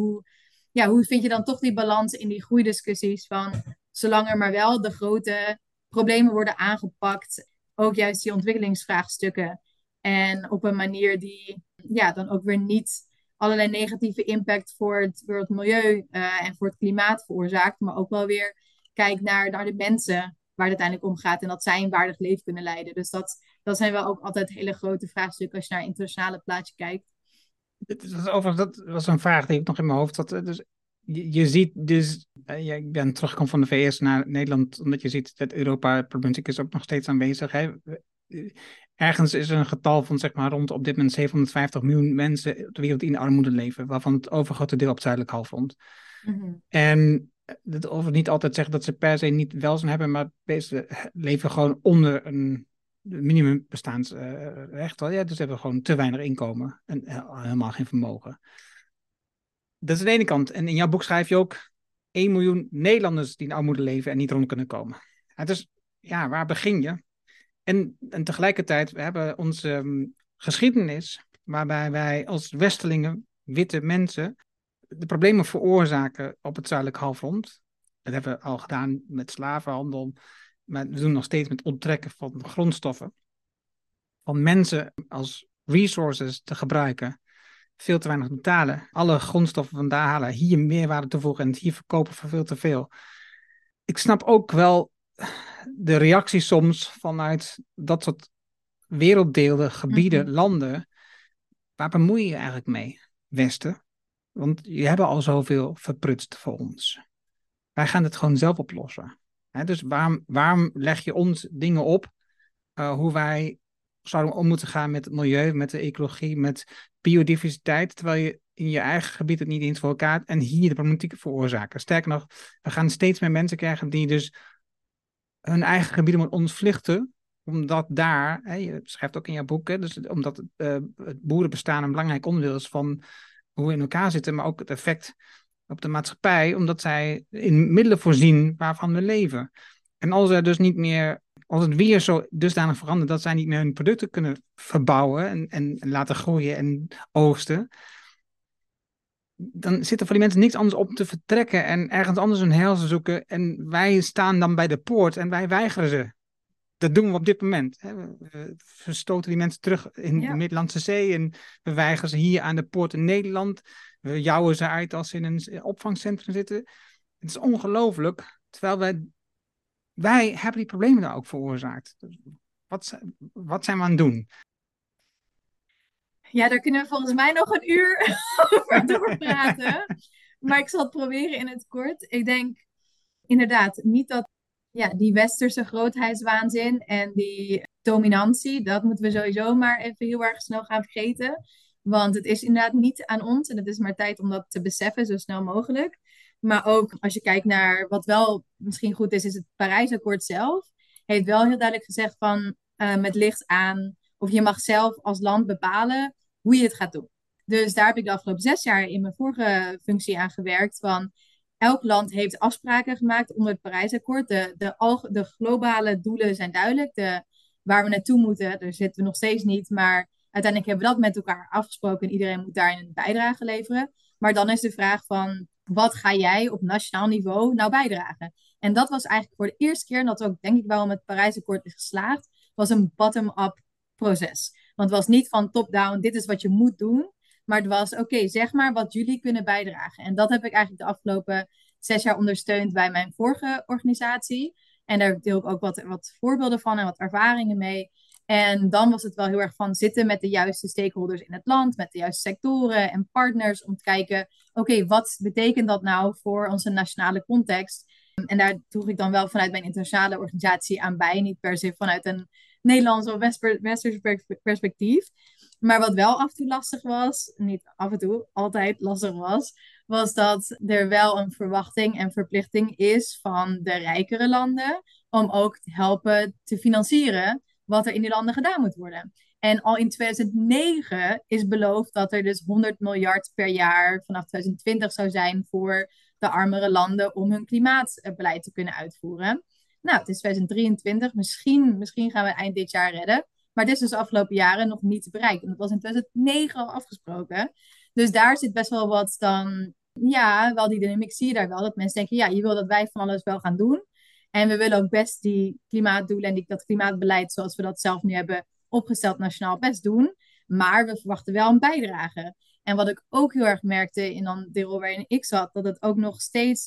hoe vind je dan toch die balans in die groeidiscussies van, zolang er maar wel de grote problemen worden aangepakt, ook juist die ontwikkelingsvraagstukken. En op een manier die, ja, dan ook weer niet allerlei negatieve impact voor het milieu en voor het klimaat veroorzaakt. Maar ook wel weer kijkt naar de mensen waar het uiteindelijk om gaat. En dat zij een waardig leven kunnen leiden. Dus dat zijn wel ook altijd hele grote vraagstukken als je naar het internationale plaatje kijkt. Dat was een vraag die ik nog in mijn hoofd had. Dus je ziet dus, ik ben teruggekomen van de VS naar Nederland, omdat je ziet dat Europa-problematiek is ook nog steeds aanwezig. Hè. Ergens is er een getal van zeg maar rond op dit moment 750 miljoen mensen op de wereld die in armoede leven, waarvan het overgrote deel op het zuidelijk halfrond. Mm-hmm. En dat hoeft niet altijd zeggen dat ze per se niet welzijn hebben, maar ze leven gewoon onder een minimumbestaansrecht. Ja, dus hebben gewoon te weinig inkomen en helemaal geen vermogen. Dat is aan de ene kant. En in jouw boek schrijf je ook 1 miljoen Nederlanders die in armoede leven en niet rond kunnen komen. Ja, dus ja, waar begin je? En tegelijkertijd, we hebben onze geschiedenis, waarbij wij als Westelingen, witte mensen, de problemen veroorzaken op het zuidelijk halfrond. Dat hebben we al gedaan met slavenhandel, maar we doen nog steeds met onttrekken van grondstoffen. Van mensen als resources te gebruiken, veel te weinig betalen, alle grondstoffen vandaan halen, hier meerwaarde toevoegen en het hier verkopen voor veel te veel. Ik snap ook wel de reactie soms vanuit dat soort werelddelen, gebieden, landen. Waar bemoei je je eigenlijk mee, Westen? Want je hebt al zoveel verprutst voor ons. Wij gaan het gewoon zelf oplossen. Dus waarom leg je ons dingen op hoe wij zouden om moeten gaan met het milieu, met de ecologie, met biodiversiteit, terwijl je in je eigen gebied het niet eens voor elkaar hebt en hier de problematiek veroorzaken. Sterker nog, we gaan steeds meer mensen krijgen die dus hun eigen gebieden moeten ontvluchten, omdat daar, je schrijft ook in jouw boek, dus omdat het boerenbestaan een belangrijk onderdeel is van hoe we in elkaar zitten, maar ook het effect op de maatschappij, omdat zij in middelen voorzien waarvan we leven. En als het weer zo dusdanig verandert dat zij niet meer hun producten kunnen verbouwen en laten groeien en oogsten, dan zit er voor die mensen niks anders op te vertrekken en ergens anders hun heil te zoeken. En wij staan dan bij de poort en wij weigeren ze. Dat doen we op dit moment. We verstoten die mensen terug in de Middellandse Zee en we weigeren ze hier aan de poort in Nederland. We jouwen ze uit als ze in een opvangcentrum zitten. Het is ongelooflijk, terwijl wij hebben die problemen daar ook veroorzaakt. Dus wat zijn we aan het doen? Ja, daar kunnen we volgens mij nog een uur over doorpraten. Maar ik zal het proberen in het kort. Ik denk inderdaad niet dat die westerse grootheidswaanzin en die dominantie, dat moeten we sowieso maar even heel erg snel gaan vergeten. Want het is inderdaad niet aan ons en het is maar tijd om dat te beseffen zo snel mogelijk. Maar ook als je kijkt naar wat wel misschien goed is het Parijsakkoord zelf. Heeft wel heel duidelijk gezegd van met licht aan, of je mag zelf als land bepalen hoe je het gaat doen. Dus daar heb ik de afgelopen 6 jaar in mijn vorige functie aan gewerkt. Van elk land heeft afspraken gemaakt onder het Parijsakkoord. De globale doelen zijn duidelijk. Waar we naartoe moeten, daar zitten we nog steeds niet. Maar uiteindelijk hebben we dat met elkaar afgesproken. En iedereen moet daarin een bijdrage leveren. Maar dan is de vraag van, wat ga jij op nationaal niveau nou bijdragen? En dat was eigenlijk voor de eerste keer, en dat ook denk ik wel met het Parijsakkoord is geslaagd, was een bottom-up proces. Want het was niet van top-down, dit is wat je moet doen. Maar het was, oké, zeg maar wat jullie kunnen bijdragen. En dat heb ik eigenlijk de afgelopen 6 jaar ondersteund bij mijn vorige organisatie. En daar deel ik ook wat voorbeelden van en wat ervaringen mee. En dan was het wel heel erg van zitten met de juiste stakeholders in het land, met de juiste sectoren en partners, om te kijken, oké, wat betekent dat nou voor onze nationale context? En daar droeg ik dan wel vanuit mijn internationale organisatie aan bij, niet per se vanuit een Nederlands of Westers perspectief. Maar wat wel af en toe lastig was, niet af en toe, altijd lastig was dat er wel een verwachting en verplichting is van de rijkere landen om ook te helpen te financieren wat er in die landen gedaan moet worden. En al in 2009 is beloofd dat er dus 100 miljard per jaar vanaf 2020 zou zijn voor de armere landen om hun klimaatbeleid te kunnen uitvoeren. Nou, het is 2023, misschien gaan we het eind dit jaar redden. Maar het is dus de afgelopen jaren nog niet bereikt. En dat was in 2009 al afgesproken. Dus daar zit best wel wat dan, wel die dynamiek zie je daar wel. Dat mensen denken, je wil dat wij van alles wel gaan doen. En we willen ook best die klimaatdoelen en dat klimaatbeleid zoals we dat zelf nu hebben opgesteld nationaal best doen. Maar we verwachten wel een bijdrage. En wat ik ook heel erg merkte in dan de rol waarin ik zat, dat het ook nog steeds,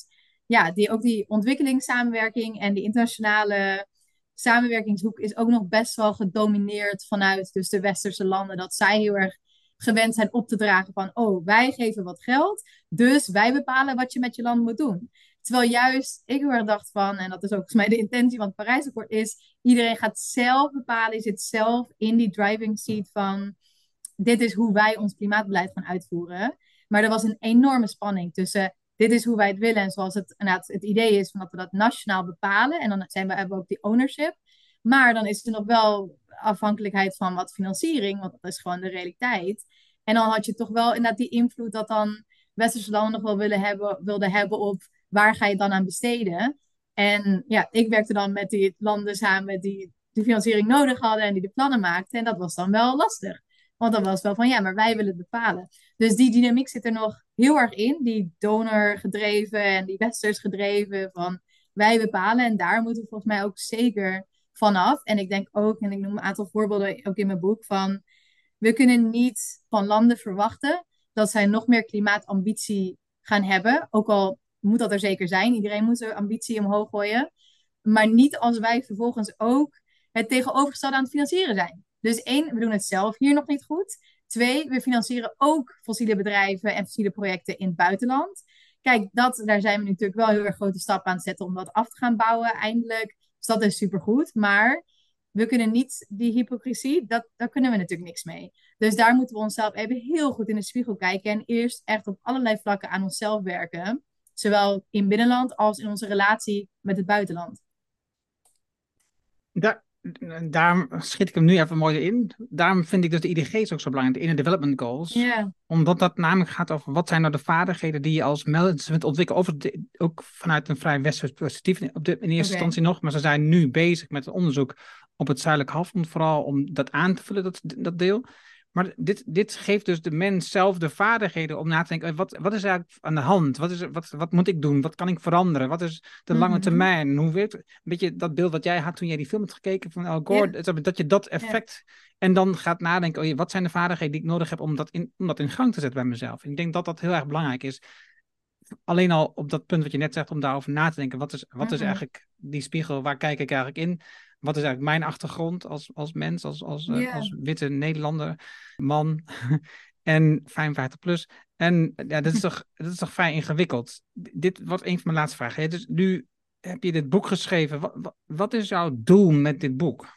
die ontwikkelingssamenwerking en die internationale samenwerkingshoek is ook nog best wel gedomineerd vanuit dus de westerse landen. Dat zij heel erg gewend zijn op te dragen van, oh, wij geven wat geld, dus wij bepalen wat je met je land moet doen. Terwijl juist ik heel erg dacht van, en dat is ook volgens mij de intentie van het Parijsakkoord, is iedereen gaat zelf bepalen, je zit zelf in die driving seat van, dit is hoe wij ons klimaatbeleid gaan uitvoeren. Maar er was een enorme spanning tussen, dit is hoe wij het willen en zoals het idee is van dat we dat nationaal bepalen. En dan hebben we ook die ownership. Maar dan is er nog wel afhankelijkheid van wat financiering, want dat is gewoon de realiteit. En dan had je toch wel inderdaad die invloed dat dan westerse landen nog wel wilden hebben op waar ga je dan aan besteden. En ik werkte dan met die landen samen die de financiering nodig hadden en die de plannen maakten. En dat was dan wel lastig. Want dan was het wel van, maar wij willen het bepalen. Dus die dynamiek zit er nog heel erg in. Die donor gedreven en die westers gedreven van wij bepalen. En daar moeten we volgens mij ook zeker vanaf. En ik denk ook, en ik noem een aantal voorbeelden ook in mijn boek, van we kunnen niet van landen verwachten dat zij nog meer klimaatambitie gaan hebben. Ook al moet dat er zeker zijn. Iedereen moet zijn ambitie omhoog gooien. Maar niet als wij vervolgens ook het tegenovergestelde aan het financieren zijn. Dus 1, we doen het zelf hier nog niet goed. 2, we financieren ook fossiele bedrijven en fossiele projecten in het buitenland. Kijk, daar zijn we natuurlijk wel heel erg grote stappen aan het zetten om dat af te gaan bouwen eindelijk. Dus dat is supergoed. Maar we kunnen niet die hypocrisie, daar kunnen we natuurlijk niks mee. Dus daar moeten we onszelf even heel goed in de spiegel kijken en eerst echt op allerlei vlakken aan onszelf werken. Zowel in binnenland als in onze relatie met het buitenland. Daarom schiet ik hem nu even mooi in. Daarom vind ik dus de IDG's ook zo belangrijk, de Inner Development Goals. Yeah. Omdat dat namelijk gaat over wat zijn nou de vaardigheden die je als management ontwikkelt. Ook vanuit een vrij westers perspectief in eerste instantie nog. Maar ze zijn nu bezig met een onderzoek op het zuidelijk halfrond vooral om dat aan te vullen, dat deel. Maar dit geeft dus de mens zelf de vaardigheden om na te denken, wat is eigenlijk aan de hand? Wat moet ik doen? Wat kan ik veranderen? Wat is de lange termijn? Hoe werkt het? Een beetje dat beeld wat jij had toen jij die film had gekeken van Al Gore, dat je dat effect en dan gaat nadenken, wat zijn de vaardigheden die ik nodig heb om dat in gang te zetten bij mezelf? En ik denk dat dat heel erg belangrijk is. alleen al op dat punt wat je net zegt, om daarover na te denken. Wat is Mhm. eigenlijk die spiegel? Waar kijk ik eigenlijk in? Wat is eigenlijk mijn achtergrond als mens, Ja. als witte Nederlander, man en 55 plus? En ja, dat is toch vrij ingewikkeld. Dit wordt een van mijn laatste vragen. Hè? Dus nu heb je dit boek geschreven. Wat is jouw doel met dit boek?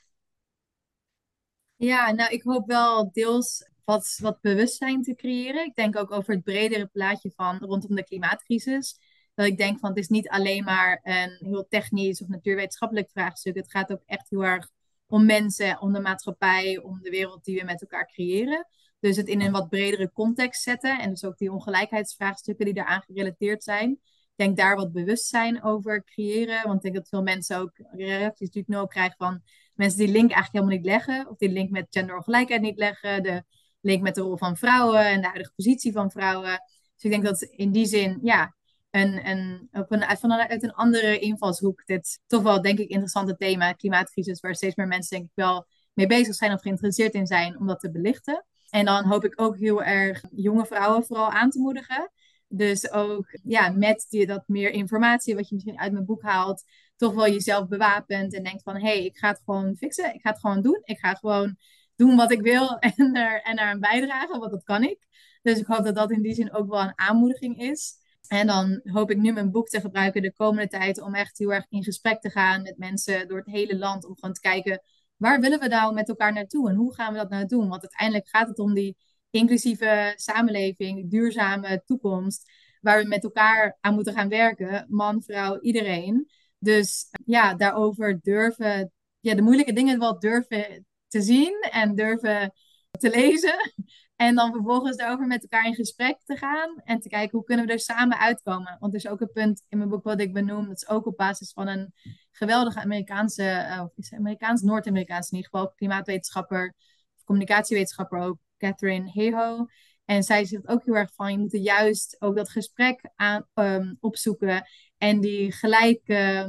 Ja, nou, ik hoop wel deels wat bewustzijn te creëren. Ik denk ook over het bredere plaatje van rondom de klimaatcrisis. Dat ik denk van het is niet alleen maar een heel technisch of natuurwetenschappelijk vraagstuk. Het gaat ook echt heel erg om mensen, om de maatschappij, om de wereld die we met elkaar creëren. Dus het in een wat bredere context zetten. En dus ook die ongelijkheidsvraagstukken die daaraan gerelateerd zijn. Ik denk daar wat bewustzijn over creëren. Want ik denk dat veel mensen ook reacties natuurlijk nu ook krijgen van mensen die link eigenlijk helemaal niet leggen. Of die link met genderongelijkheid niet leggen. De link met de rol van vrouwen en de huidige positie van vrouwen. Dus ik denk dat in die zin, ja, vanuit een andere invalshoek dit toch wel, denk ik, interessante thema, klimaatcrisis, waar steeds meer mensen, denk ik, wel mee bezig zijn of geïnteresseerd in zijn om dat te belichten. En dan hoop ik ook heel erg jonge vrouwen vooral aan te moedigen. Dus ook ja, met dat meer informatie, wat je misschien uit mijn boek haalt, toch wel jezelf bewapent en denkt van, hé, hey, ik ga het gewoon fixen. Ik ga het gewoon doen. Ik ga gewoon doen wat ik wil en eraan bijdragen, want dat kan ik. Dus ik hoop dat dat in die zin ook wel een aanmoediging is. En dan hoop ik nu mijn boek te gebruiken de komende tijd om echt heel erg in gesprek te gaan met mensen door het hele land. Om gewoon te kijken, waar willen we nou met elkaar naartoe en hoe gaan we dat nou doen? Want uiteindelijk gaat het om die inclusieve samenleving, die duurzame toekomst, waar we met elkaar aan moeten gaan werken. Man, vrouw, iedereen. Dus ja, daarover durven, ja, de moeilijke dingen wel durven te zien en durven te lezen. En dan vervolgens daarover met elkaar in gesprek te gaan en te kijken hoe kunnen we er samen uitkomen. Want er is ook een punt in mijn boek wat ik benoem, dat is ook op basis van een geweldige Amerikaanse, of is Noord-Amerikaanse in ieder geval, klimaatwetenschapper, of communicatiewetenschapper ook, Catherine Hayhoe. En zij zegt ook heel erg van, je moet er juist ook dat gesprek aan opzoeken en die gelijk,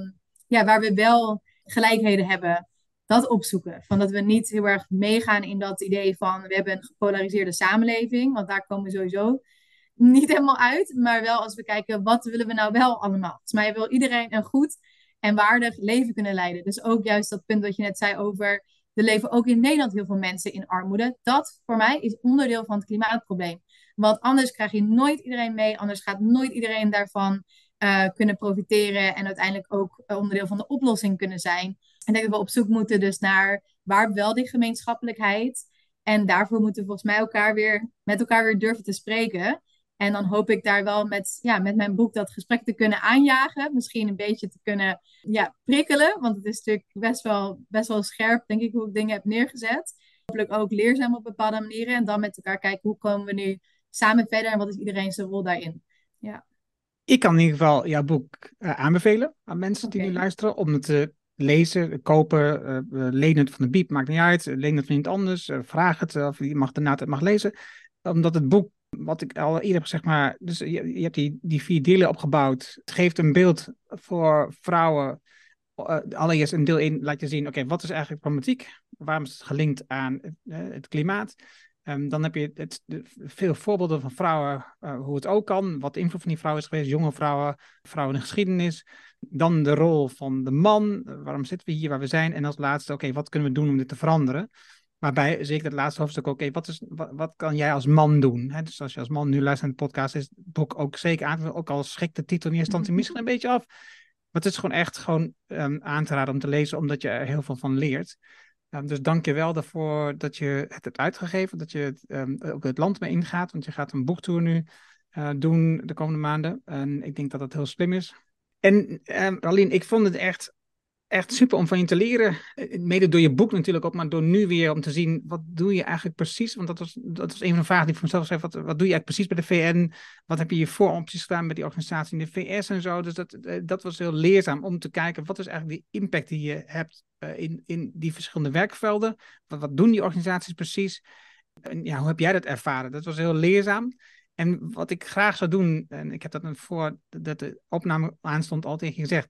ja, waar we wel gelijkheden hebben, dat opzoeken. Van dat we niet heel erg meegaan in dat idee van we hebben een gepolariseerde samenleving, want daar komen we sowieso niet helemaal uit. Maar wel als we kijken, wat willen we nou wel allemaal? Volgens mij wil iedereen een goed en waardig leven kunnen leiden. Dus ook juist dat punt wat je net zei over, er leven ook in Nederland heel veel mensen in armoede. Dat voor mij is onderdeel van het klimaatprobleem. Want anders krijg je nooit iedereen mee, anders gaat nooit iedereen daarvan kunnen profiteren en uiteindelijk ook onderdeel van de oplossing kunnen zijn. En denk dat we op zoek moeten dus naar waar wel die gemeenschappelijkheid. En daarvoor moeten we volgens mij met elkaar weer durven te spreken. En dan hoop ik daar wel met mijn boek dat gesprek te kunnen aanjagen. Misschien een beetje te kunnen prikkelen. Want het is natuurlijk best wel scherp, denk ik, hoe ik dingen heb neergezet. Hopelijk ook leerzaam op bepaalde manieren. En dan met elkaar kijken hoe komen we nu samen verder en wat is iedereen zijn rol daarin. Ja, Ik kan in ieder geval jouw boek aanbevelen aan mensen die nu oké. luisteren om het te lezen, kopen, lenen het van de Biep, maakt niet uit, lenen het van iemand anders, vraag het of je mag daarna het mag lezen. Omdat het boek, wat ik al eerder heb gezegd, maar dus je hebt die 4 delen opgebouwd. Het geeft een beeld voor vrouwen. Allereerst in deel 1 laat je zien, oké, wat is eigenlijk problematiek? Waarom is het gelinkt aan het klimaat? Dan heb je veel voorbeelden van vrouwen, hoe het ook kan, wat de invloed van die vrouwen is geweest, jonge vrouwen, vrouwen in de geschiedenis. Dan de rol van de man, waarom zitten we hier waar we zijn? En als laatste, oké, wat kunnen we doen om dit te veranderen? Waarbij, zeker het laatste hoofdstuk, oké, wat kan jij als man doen? Hè? Dus als je als man nu luistert naar de podcast, is het boek ook zeker aan, ook al schrikt de titel in eerste instantie misschien een beetje af. Maar het is gewoon echt aan te raden om te lezen, omdat je er heel veel van leert. Dus dank je wel daarvoor dat je het hebt uitgegeven, dat je ook het land mee ingaat, want je gaat een boektour nu doen de komende maanden. En ik denk dat dat heel slim is. En Ralien, ik vond het echt super om van je te leren. Mede door je boek natuurlijk ook, maar door nu weer om te zien, wat doe je eigenlijk precies? Want dat was een van de vragen die ik voor mezelf schreef. Wat doe je eigenlijk precies bij de VN? Wat heb je je vooropties gedaan met die organisatie in de VS en zo? Dus dat was heel leerzaam om te kijken, wat is eigenlijk de impact die je hebt in die verschillende werkvelden? Wat doen die organisaties precies? En ja, hoe heb jij dat ervaren? Dat was heel leerzaam. En wat ik graag zou doen, en ik heb dat voordat de opname aanstond al tegen je gezegd,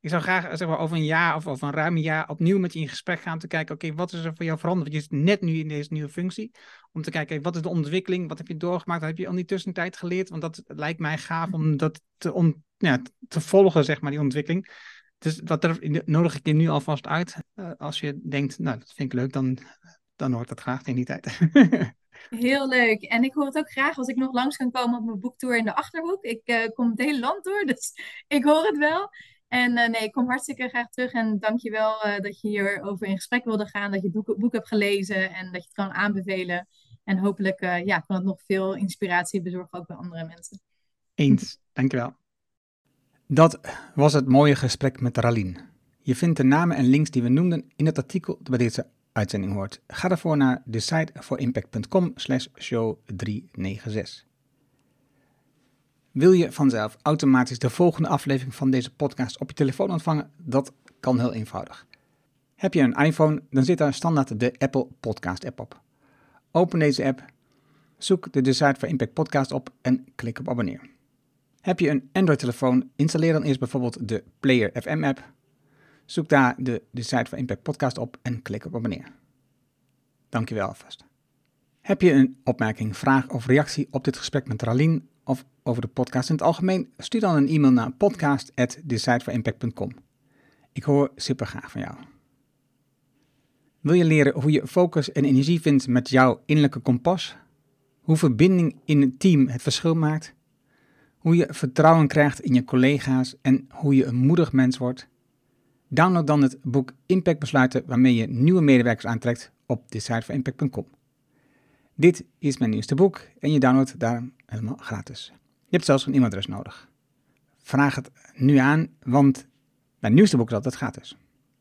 Ik zou graag over een jaar of over een ruim een jaar opnieuw met je in gesprek gaan. Te kijken, oké, wat is er voor jou veranderd? Want je zit net nu in deze nieuwe functie. Om te kijken, wat is de ontwikkeling? Wat heb je doorgemaakt? Wat heb je al in die tussentijd geleerd? Want dat lijkt mij gaaf om dat te volgen, zeg maar, die ontwikkeling. Dus nodig ik je nu alvast uit. Als je denkt, nou, dat vind ik leuk, dan hoort dat graag in die tijd. Heel leuk. En ik hoor het ook graag als ik nog langs kan komen op mijn boektour in de Achterhoek. Ik kom het hele land door, dus ik hoor het wel. En nee, ik kom hartstikke graag terug. En dank je wel dat je hierover in gesprek wilde gaan. Dat je het boek hebt gelezen en dat je het kan aanbevelen. En hopelijk kan het nog veel inspiratie bezorgen, ook bij andere mensen. Eens, dankjewel. Dat was het mooie gesprek met Ralien. Je vindt de namen en links die we noemden in het artikel dat bij deze uitzending hoort. Ga daarvoor naar decideforimpact.com/show 396. Wil je vanzelf automatisch de volgende aflevering van deze podcast op je telefoon ontvangen? Dat kan heel eenvoudig. Heb je een iPhone, dan zit daar standaard de Apple Podcast app op. Open deze app, zoek de Decide for Impact podcast op en klik op abonneer. Heb je een Android-telefoon, installeer dan eerst bijvoorbeeld de Player FM app. Zoek daar de Decide for Impact podcast op en klik op abonneer. Dankjewel alvast. Heb je een opmerking, vraag of reactie op dit gesprek met Ralien of over de podcast in het algemeen? Stuur dan een e-mail naar podcast@decideforimpact.com. Ik hoor super graag van jou. Wil je leren hoe je focus en energie vindt met jouw innerlijke kompas? Hoe verbinding in het team het verschil maakt? Hoe je vertrouwen krijgt in je collega's en hoe je een moedig mens wordt? Download dan het boek Impact Besluiten waarmee je nieuwe medewerkers aantrekt op decideforimpact.com. Dit is mijn nieuwste boek en je downloadt daar helemaal gratis. Je hebt zelfs een e-mailadres nodig. Vraag het nu aan, want mijn nieuwste boek is altijd gratis.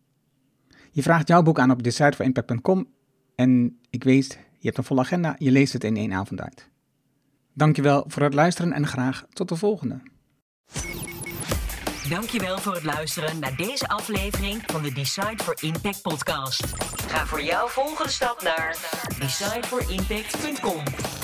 Je vraagt jouw boek aan op decideforimpact.com en ik weet, je hebt een volle agenda, je leest het in 1 avond uit. Dankjewel voor het luisteren en graag tot de volgende. Dankjewel voor het luisteren naar deze aflevering van de Decide for Impact podcast. Ga voor jouw volgende stap naar decideforimpact.com.